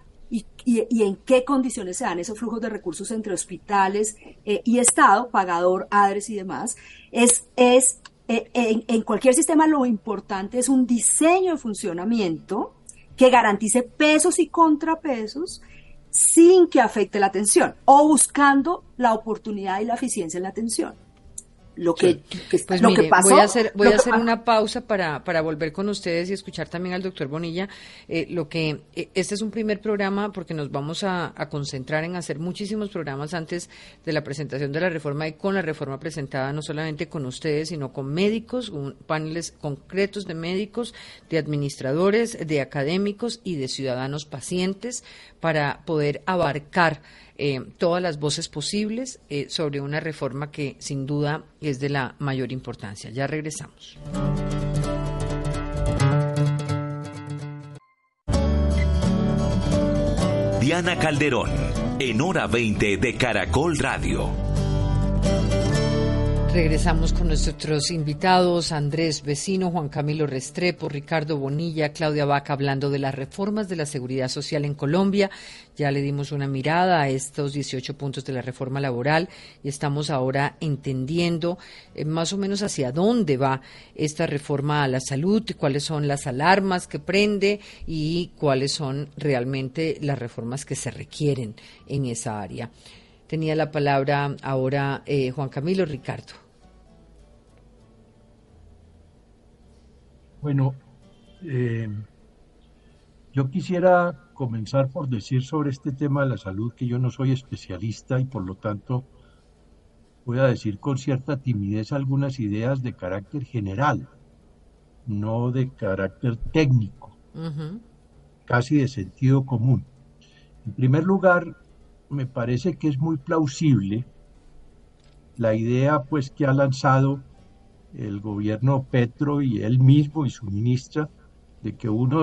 y en qué condiciones se dan esos flujos de recursos entre hospitales y Estado, pagador, ADRES y demás, en cualquier sistema lo importante es un diseño de funcionamiento que garantice pesos y contrapesos sin que afecte la atención o buscando la oportunidad y la eficiencia en la atención. Pues lo mire, que pasó, voy a hacer una pausa para volver con ustedes y escuchar también al doctor Bonilla. Este es un primer programa porque nos vamos a concentrar en hacer muchísimos programas antes de la presentación de la reforma y con la reforma presentada no solamente con ustedes, sino con médicos, paneles concretos de médicos, de administradores, de académicos y de ciudadanos pacientes para poder abarcar todas las voces posibles sobre una reforma que sin duda es de la mayor importancia. Ya regresamos. Diana Calderón, en Hora 20 de Caracol Radio. Regresamos con nuestros invitados, Andrés Vecino, Juan Camilo Restrepo, Ricardo Bonilla, Claudia Vaca, hablando de las reformas de la seguridad social en Colombia. Ya le dimos una mirada a estos 18 puntos de la reforma laboral y estamos ahora entendiendo más o menos hacia dónde va esta reforma a la salud, cuáles son las alarmas que prende y cuáles son realmente las reformas que se requieren en esa área. Tenía la palabra ahora Juan Camilo. Ricardo. Bueno, yo quisiera comenzar por decir sobre este tema de la salud que yo no soy especialista y por lo tanto voy a decir con cierta timidez algunas ideas de carácter general, no de carácter técnico, casi de sentido común. En primer lugar, me parece que es muy plausible la idea pues que ha lanzado el gobierno Petro y él mismo y su ministra de que uno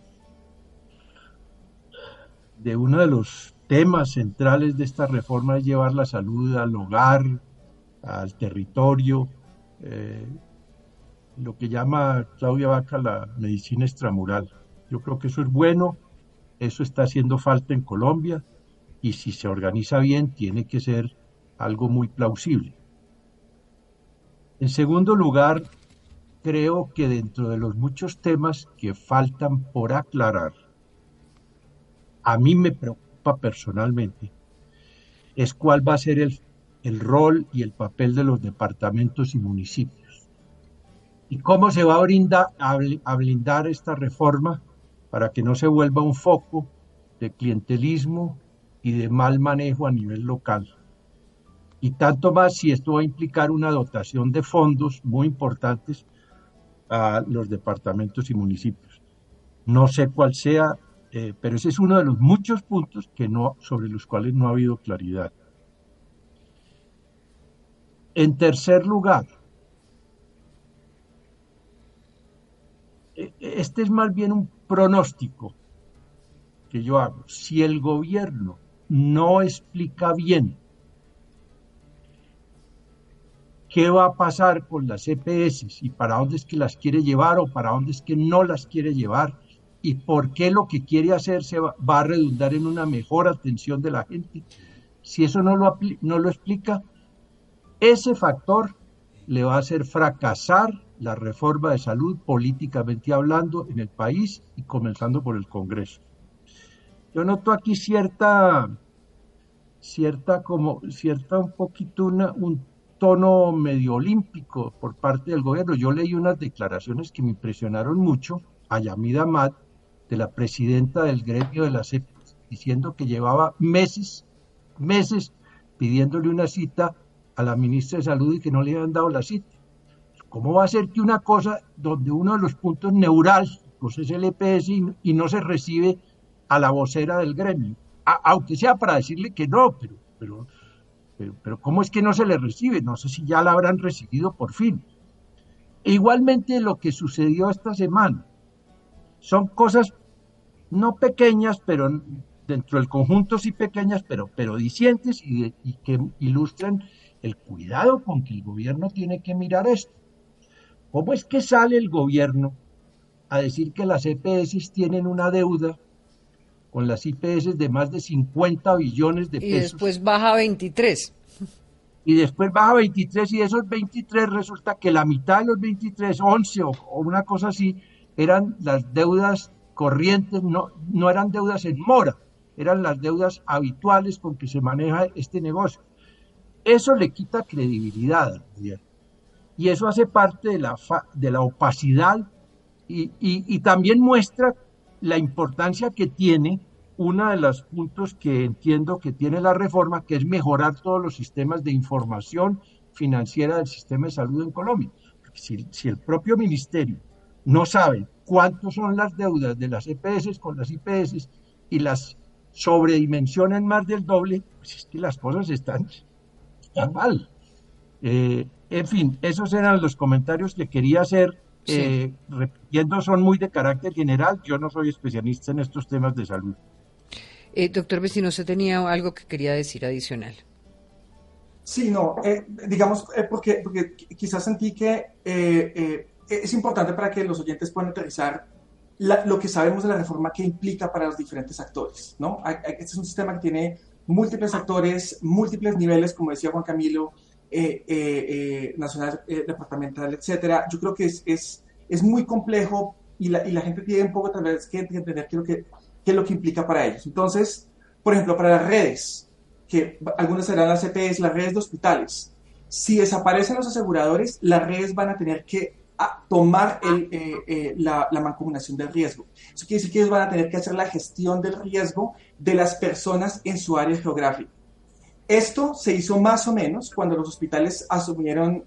de los temas centrales de esta reforma es llevar la salud al hogar, al territorio, lo que llama Claudia Vaca la medicina extramural. Yo creo que eso es bueno, eso está haciendo falta en Colombia. Y si se organiza bien, tiene que ser algo muy plausible. En segundo lugar, creo que dentro de los muchos temas que faltan por aclarar, a mí me preocupa personalmente, es cuál va a ser el rol y el papel de los departamentos y municipios. Y cómo se va a blindar esta reforma para que no se vuelva un foco de clientelismo y de mal manejo a nivel local. Y tanto más si esto va a implicar una dotación de fondos muy importantes a los departamentos y municipios. No sé cuál sea, pero ese es uno de los muchos puntos sobre los cuales no ha habido claridad. En tercer lugar, este es más bien un pronóstico que yo hago. Si el gobierno no explica bien qué va a pasar con las EPS y para dónde es que las quiere llevar o para dónde es que no las quiere llevar y por qué lo que quiere hacer va a redundar en una mejor atención de la gente, si eso no lo explica, ese factor le va a hacer fracasar la reforma de salud políticamente hablando en el país y comenzando por el Congreso. Yo noto aquí cierta un poquito un tono medio olímpico por parte del gobierno. Yo leí unas declaraciones que me impresionaron mucho a Yamida Amad, de la presidenta del gremio de la CEP, diciendo que llevaba meses pidiéndole una cita a la ministra de Salud y que no le habían dado la cita. ¿Cómo va a ser que una cosa donde uno de los puntos neurálgicos es el EPS y no se recibe a la vocera del gremio? Aunque sea para decirle que no, pero ¿cómo es que no se le recibe? No sé si ya la habrán recibido por fin. E igualmente lo que sucedió esta semana son cosas no pequeñas, pero dentro del conjunto sí pequeñas, pero dicientes y que ilustran el cuidado con que el gobierno tiene que mirar esto. ¿Cómo es que sale el gobierno a decir que las EPS tienen una deuda con las IPS de más de 50 billones de pesos? Y después baja a 23. Y después baja a 23 y de esos 23 resulta que la mitad de los 23, 11 o una cosa así, eran las deudas corrientes, no eran deudas en mora, eran las deudas habituales con que se maneja este negocio. Eso le quita credibilidad al gobierno y eso hace parte de la opacidad y también muestra la importancia que tiene uno de los puntos que entiendo que tiene la reforma, que es mejorar todos los sistemas de información financiera del sistema de salud en Colombia. Si el propio ministerio no sabe cuántos son las deudas de las EPS con las IPS y las sobredimensionan más del doble, pues es que las cosas están mal. En fin, esos eran los comentarios que quería hacer. Sí. Repitiendo, son muy de carácter general. Yo no soy especialista en estos temas de salud. Doctor Vecino, ¿usted tenía algo que quería decir adicional? Sí, no, digamos, porque quizás sentí que es importante para que los oyentes puedan aterrizar lo que sabemos de la reforma que implica para los diferentes actores, ¿no? Este es un sistema que tiene múltiples actores, múltiples niveles, como decía Juan Camilo, nacional, departamental, etcétera. Yo creo que es muy complejo y la gente tiene un poco tal vez que entender qué es lo que implica para ellos. Entonces, por ejemplo, para las redes, que algunas serán las EPS, las redes de hospitales, si desaparecen los aseguradores, las redes van a tener que tomar la mancomunación del riesgo. Eso quiere decir que ellos van a tener que hacer la gestión del riesgo de las personas en su área geográfica. Esto se hizo más o menos cuando los hospitales asumieron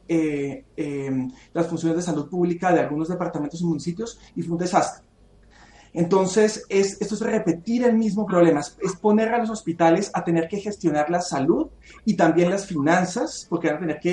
las funciones de salud pública de algunos departamentos y municipios y fue un desastre. Entonces, esto es repetir el mismo problema, es poner a los hospitales a tener que gestionar la salud y también las finanzas, porque van a tener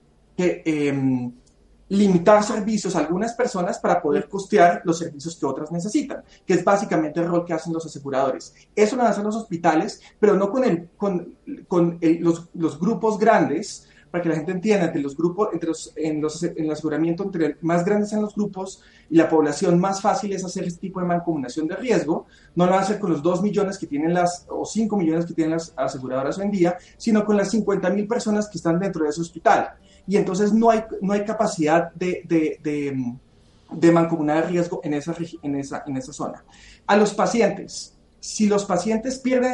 que limitar servicios a algunas personas para poder costear los servicios que otras necesitan, que es básicamente el rol que hacen los aseguradores. Eso lo hacen los hospitales, pero no con los grupos grandes, para que la gente entienda, entre los grupos, en el aseguramiento, entre más grandes sean los grupos y la población, más fácil es hacer este tipo de mancomunación de riesgo. No lo van a hacer con los 2 millones que tienen o 5 millones que tienen las aseguradoras hoy en día, sino con las 50,000 personas que están dentro de ese hospital. Y entonces no hay capacidad de mancomunar el riesgo en esa zona. A los pacientes, si los pacientes pierden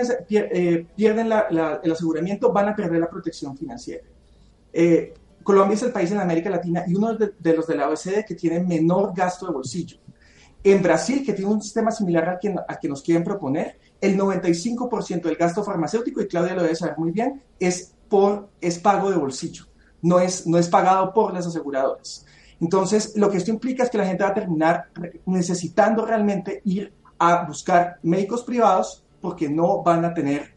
el aseguramiento, van a perder la protección financiera. Colombia es el país en América Latina y uno de los de la OECD que tiene menor gasto de bolsillo. En Brasil, que tiene un sistema similar al que nos quieren proponer, el 95% del gasto farmacéutico, y Claudia lo debe saber muy bien, es pago de bolsillo, no es pagado por las aseguradoras. Entonces, lo que esto implica es que la gente va a terminar necesitando realmente ir a buscar médicos privados porque no van a tener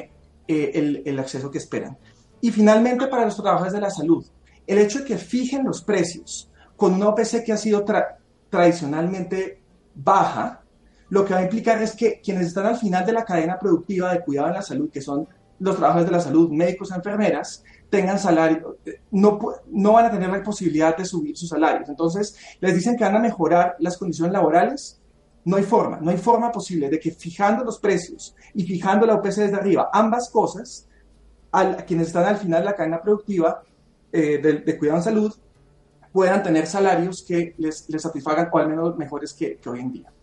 el acceso que esperan. Y finalmente, para los trabajadores de la salud, el hecho de que fijen los precios con una OPC que ha sido tradicionalmente baja, lo que va a implicar es que quienes están al final de la cadena productiva de cuidado en la salud, que son los trabajadores de la salud, médicos, enfermeras, tengan salario, no van a tener la posibilidad de subir sus salarios. Entonces, les dicen que van a mejorar las condiciones laborales. No hay forma posible de que fijando los precios y fijando la OPC desde arriba, ambas cosas, a quienes están al final de la cadena productiva de cuidado en salud, puedan tener salarios que les satisfagan o al menos mejores que hoy en día.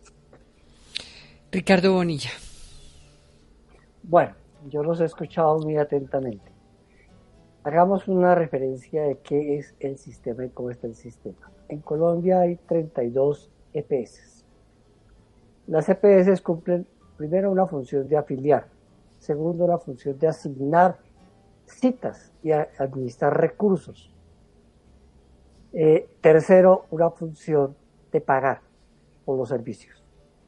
Ricardo Bonilla. Bueno, yo los he escuchado muy atentamente. Hagamos una referencia de qué es el sistema y cómo está el sistema. En Colombia hay 32 EPS. Las EPS cumplen primero una función de afiliar, segundo una función de asignar citas y administrar recursos. Tercero, una función de pagar por los servicios.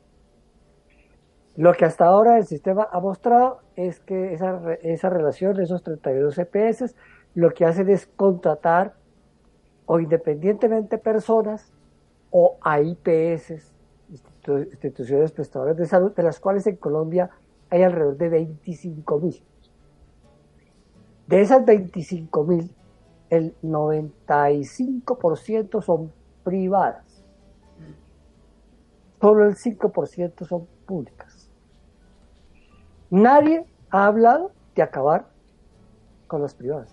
Lo que hasta ahora el sistema ha mostrado es que esa relación de esos 32 EPS lo que hacen es contratar o independientemente personas o a IPS, instituciones prestadoras de salud, de las cuales en Colombia hay alrededor de 25,000. De esas 25,000, el 95% son privadas. Solo el 5% son públicas. Nadie ha hablado de acabar con las privadas.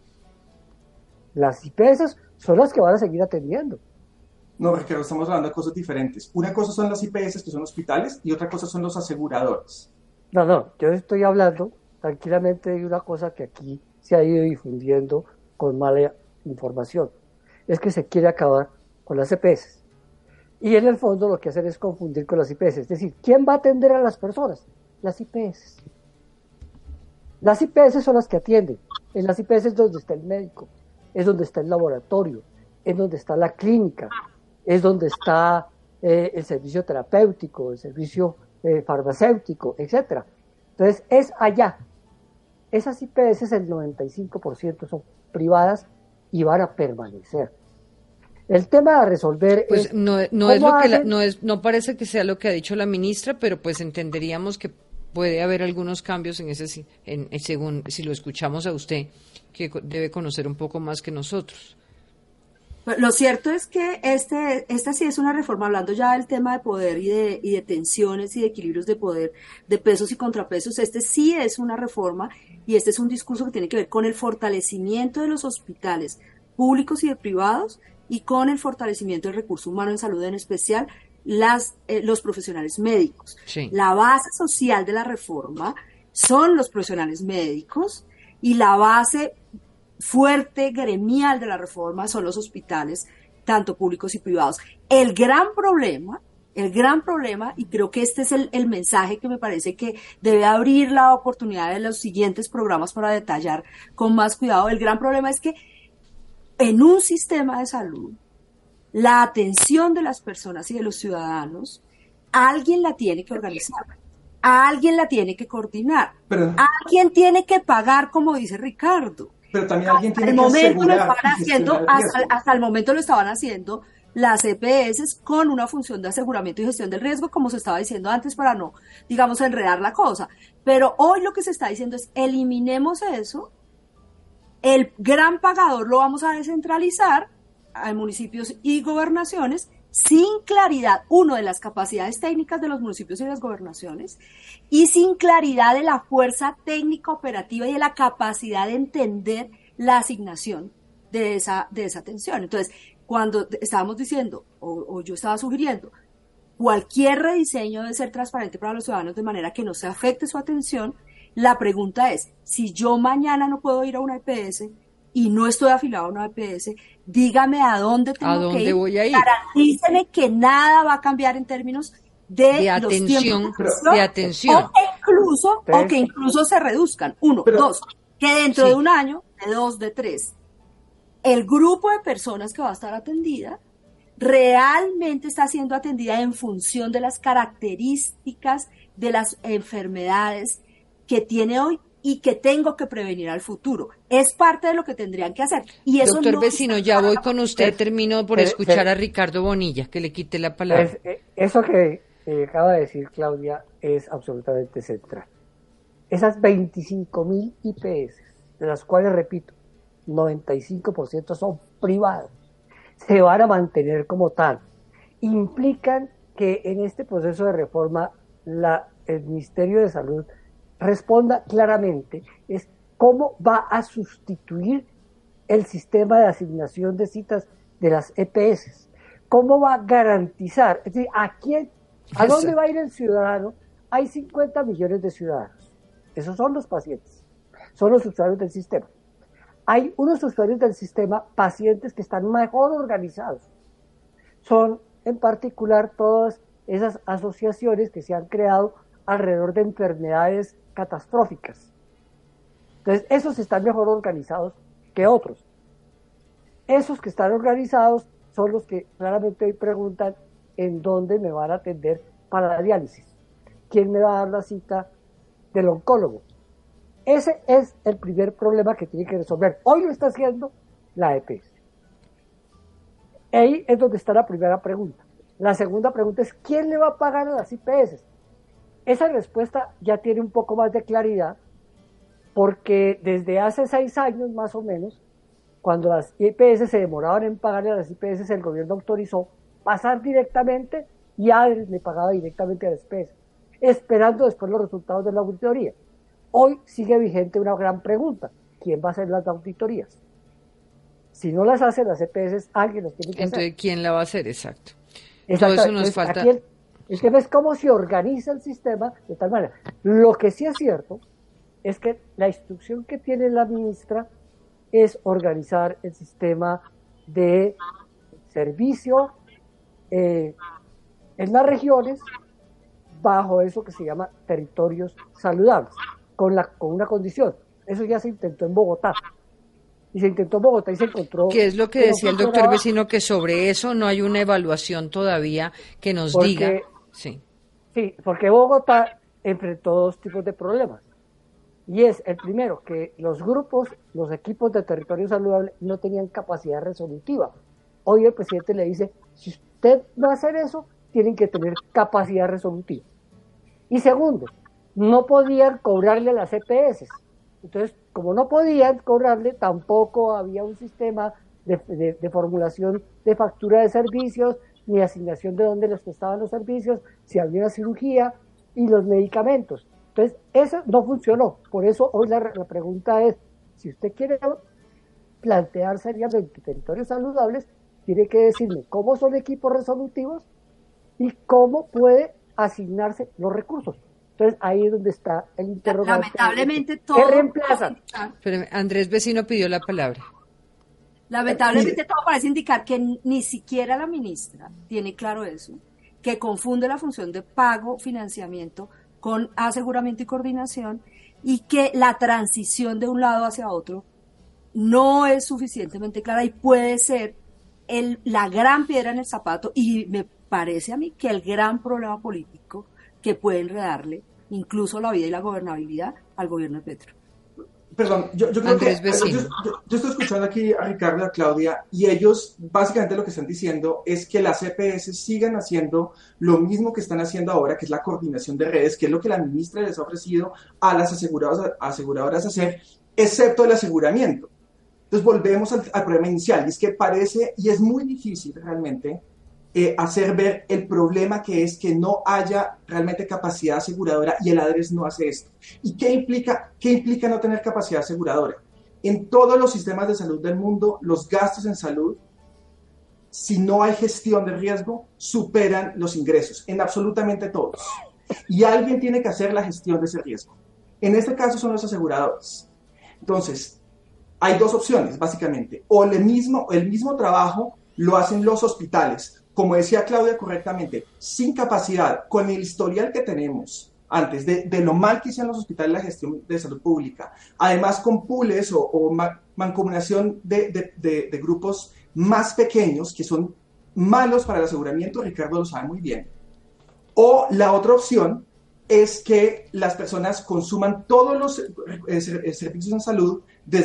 Las IPS son las que van a seguir atendiendo. No, Ricardo, estamos hablando de cosas diferentes. Una cosa son las IPS, que son hospitales, y otra cosa son los aseguradores. No, yo estoy hablando tranquilamente de una cosa que aquí se ha ido difundiendo con mala información. Es que se quiere acabar con las EPS. Y en el fondo lo que hacen es confundir con las IPS. Es decir, ¿quién va a atender a las personas? Las IPS. Las IPS son las que atienden. En las IPS es donde está el médico, es donde está el laboratorio, es donde está la clínica, es donde está el servicio terapéutico, el servicio farmacéutico, etcétera. Entonces, es allá. Esas IPS, el 95% son privadas y van a permanecer. El tema a resolver pues es no es lo que no parece que sea lo que ha dicho la ministra, pero pues entenderíamos que puede haber algunos cambios en ese según si lo escuchamos a usted, que debe conocer un poco más que nosotros. Lo cierto es que esta sí es una reforma, hablando ya del tema de poder y de tensiones y de equilibrios de poder, de pesos y contrapesos. Este sí es una reforma y este es un discurso que tiene que ver con el fortalecimiento de los hospitales públicos y de privados y con el fortalecimiento del recurso humano en salud, en especial los profesionales médicos. Sí. La base social de la reforma son los profesionales médicos y la base fuerte gremial de la reforma son los hospitales, tanto públicos y privados. El gran problema, y creo que este es el mensaje que me parece que debe abrir la oportunidad de los siguientes programas para detallar con más cuidado, el gran problema es que en un sistema de salud, la atención de las personas y de los ciudadanos, alguien la tiene que organizar, alguien la tiene que coordinar, alguien tiene que pagar, como dice Ricardo. Pero también alguien tiene que asegurar hasta el momento lo estaban haciendo las EPS con una función de aseguramiento y gestión del riesgo, como se estaba diciendo antes, para no, digamos, enredar la cosa. Pero hoy lo que se está diciendo es, eliminemos eso, el gran pagador lo vamos a descentralizar a municipios y gobernaciones, sin claridad, uno, de las capacidades técnicas de los municipios y de las gobernaciones, y sin claridad de la fuerza técnica operativa y de la capacidad de entender la asignación de esa atención. Entonces, cuando estábamos diciendo, o yo estaba sugiriendo, cualquier rediseño debe ser transparente para los ciudadanos de manera que no se afecte su atención, la pregunta es, si yo mañana no puedo ir a una EPS, y no estoy afiliado a una EPS, dígame a dónde tengo que ir. Voy a ir? Garantíceme que nada va a cambiar en términos de atención, o que incluso se reduzcan. Uno, dos, que dentro de un año, de dos, de tres, el grupo de personas que va a estar atendida realmente está siendo atendida en función de las características de las enfermedades que tiene hoy y que tengo que prevenir al futuro. Es parte de lo que tendrían que hacer. Y eso Doctor Vecino, ya voy con usted, termino por escuchar a Ricardo Bonilla, que le quite la palabra. Eso que acaba de decir Claudia es absolutamente central. Esas 25.000 IPS, de las cuales, repito, 95% son privados, se van a mantener como tal. Implican que en este proceso de reforma el Ministerio de Salud responda claramente es cómo va a sustituir el sistema de asignación de citas de las EPS, cómo va a garantizar, es decir, a dónde va a ir el ciudadano. Hay 50 millones de ciudadanos, esos son los pacientes, son los usuarios del sistema. Hay unos usuarios del sistema, pacientes que están mejor organizados, son en particular todas esas asociaciones que se han creado alrededor de enfermedades catastróficas. Entonces, esos están mejor organizados que otros. Esos que están organizados son los que claramente hoy preguntan en dónde me van a atender para la diálisis. ¿Quién me va a dar la cita del oncólogo? Ese es el primer problema que tiene que resolver. Hoy lo está haciendo la EPS. Ahí es donde está la primera pregunta. La segunda pregunta es, ¿quién le va a pagar a las IPS? Esa respuesta ya tiene un poco más de claridad, porque desde hace 6 años más o menos, cuando las IPS se demoraban en pagarle a las IPS, el gobierno autorizó pasar directamente y ADRES le pagaba directamente a las IPS, esperando después los resultados de la auditoría. Hoy sigue vigente una gran pregunta: ¿quién va a hacer las auditorías? Si no las hacen las EPS, alguien las tiene que hacer. Entonces, ¿quién la va a hacer? Exacto. Exacto. Todo eso nos falta. El tema es cómo se organiza el sistema de tal manera. Lo que sí es cierto es que la instrucción que tiene la ministra es organizar el sistema de servicio en las regiones bajo eso que se llama territorios saludables, con una condición. Eso ya se intentó en Bogotá. Y se intentó en Bogotá y se encontró... ¿Qué es lo que decía el doctor Vecino? Que sobre eso no hay una evaluación todavía que nos diga. Sí, porque Bogotá enfrentó dos tipos de problemas. Y es el primero, que los equipos de territorio saludable no tenían capacidad resolutiva. Hoy el presidente le dice, si usted va a hacer eso, tienen que tener capacidad resolutiva. Y segundo, no podían cobrarle a las EPS. Entonces, como no podían cobrarle, tampoco había un sistema de formulación de factura de servicios, ni asignación de dónde les prestaban los servicios, si había una cirugía y los medicamentos. Entonces, eso no funcionó. Por eso hoy la pregunta es, si usted quiere plantear seriamente territorios saludables, tiene que decirme cómo son equipos resolutivos y cómo puede asignarse los recursos. Entonces, ahí es donde está el interrogante. Lamentablemente todo... ¿Qué reemplaza? Pero Andrés Vecino pidió la palabra. Lamentablemente todo parece indicar que ni siquiera la ministra tiene claro eso, que confunde la función de pago, financiamiento con aseguramiento y coordinación, y que la transición de un lado hacia otro no es suficientemente clara y puede ser la gran piedra en el zapato, y me parece a mí que el gran problema político que puede enredarle incluso la vida y la gobernabilidad al gobierno de Petro. Perdón, yo creo que yo estoy escuchando aquí a Ricardo y a Claudia, y ellos básicamente lo que están diciendo es que las EPS sigan haciendo lo mismo que están haciendo ahora, que es la coordinación de redes, que es lo que la ministra les ha ofrecido a las aseguradoras hacer, excepto el aseguramiento. Entonces volvemos al problema inicial, y es que parece, y es muy difícil realmente, hacer ver el problema que es que no haya realmente capacidad aseguradora, y el ADRES no hace esto. ¿Y qué implica no tener capacidad aseguradora? En todos los sistemas de salud del mundo, los gastos en salud, si no hay gestión de riesgo, superan los ingresos, en absolutamente todos. Y alguien tiene que hacer la gestión de ese riesgo. En este caso son los aseguradores. Entonces, hay dos opciones, básicamente. O el mismo trabajo lo hacen los hospitales, como decía Claudia correctamente, sin capacidad, con el historial que tenemos antes de lo mal que hicieron los hospitales la gestión de salud pública, además con pools o mancomunación de grupos más pequeños que son malos para el aseguramiento, Ricardo lo sabe muy bien. O la otra opción es que las personas consuman todos los servicios en salud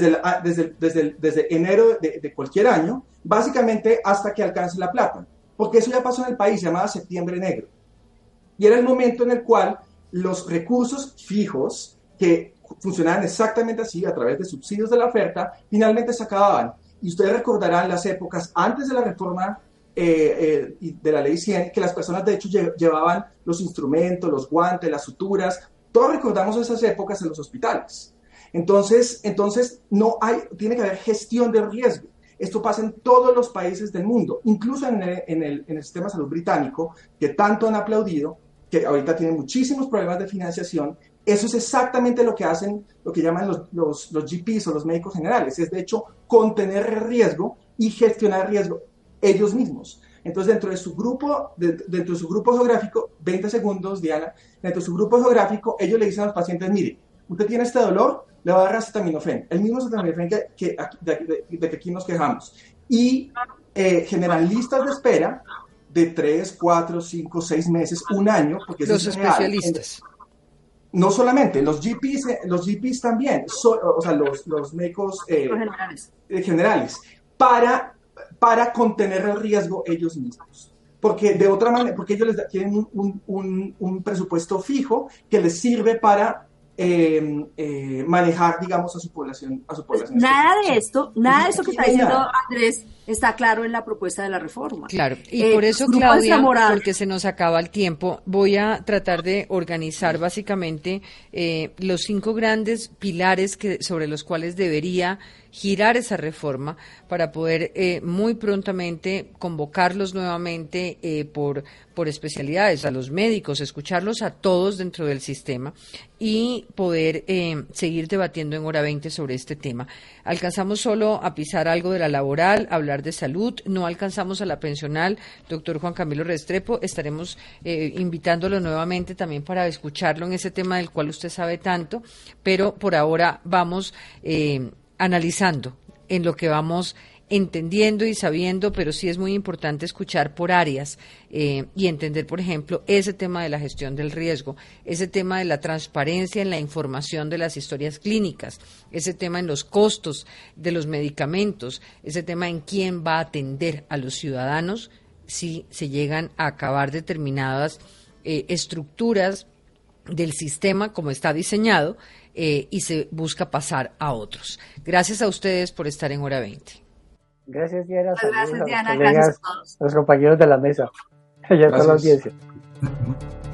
desde enero de cualquier año, básicamente hasta que alcance la plata. Porque eso ya pasó en el país, se llamaba Septiembre Negro. Y era el momento en el cual los recursos fijos, que funcionaban exactamente así, a través de subsidios de la oferta, finalmente se acababan. Y ustedes recordarán las épocas antes de la reforma de la Ley 100, que las personas de hecho llevaban los instrumentos, los guantes, las suturas. Todos recordamos esas épocas en los hospitales. Entonces tiene que haber gestión de riesgo. Esto pasa en todos los países del mundo, incluso en el sistema de salud británico, que tanto han aplaudido, que ahorita tiene muchísimos problemas de financiación. Eso es exactamente lo que hacen, lo que llaman los GPs o los médicos generales, es de hecho contener el riesgo y gestionar el riesgo ellos mismos. Entonces, dentro de su grupo geográfico, 20 segundos, Diana, dentro de su grupo geográfico, ellos le dicen a los pacientes, mire, usted tiene este dolor, le va a dar acetaminofén, el mismo acetaminofén de que aquí nos quejamos. Y generan listas de espera de 3, 4, 5, 6 meses, un año, porque los especialistas. No solamente, los GPs también, o sea, los médicos generales, para contener el riesgo ellos mismos. Porque de otra manera, porque ellos tienen un presupuesto fijo que les sirve para manejar, digamos, a su población. Nada de esto que está diciendo nada. Andrés está claro en la propuesta de la reforma. Claro, y por eso, grupos Claudia, extramoral. porque se nos acaba el tiempo, voy a tratar de organizar básicamente los 5 grandes pilares sobre los cuales debería girar esa reforma para poder muy prontamente convocarlos nuevamente por especialidades, a los médicos, escucharlos a todos dentro del sistema y poder seguir debatiendo en hora 20 sobre este tema. Alcanzamos solo a pisar algo de la laboral, hablar de salud, no alcanzamos a la pensional. Doctor Juan Camilo Restrepo, estaremos invitándolo nuevamente también para escucharlo en ese tema del cual usted sabe tanto, pero por ahora vamos analizando en lo que vamos entendiendo y sabiendo, pero sí es muy importante escuchar por áreas y entender, por ejemplo, ese tema de la gestión del riesgo, ese tema de la transparencia en la información de las historias clínicas, ese tema en los costos de los medicamentos, ese tema en quién va a atender a los ciudadanos si se llegan a acabar determinadas estructuras del sistema como está diseñado y se busca pasar a otros. Gracias a ustedes por estar en hora 20. Gracias, Diana. Gracias, Diana. Colegas, Gracias a todos. a los compañeros de la mesa y a toda la audiencia.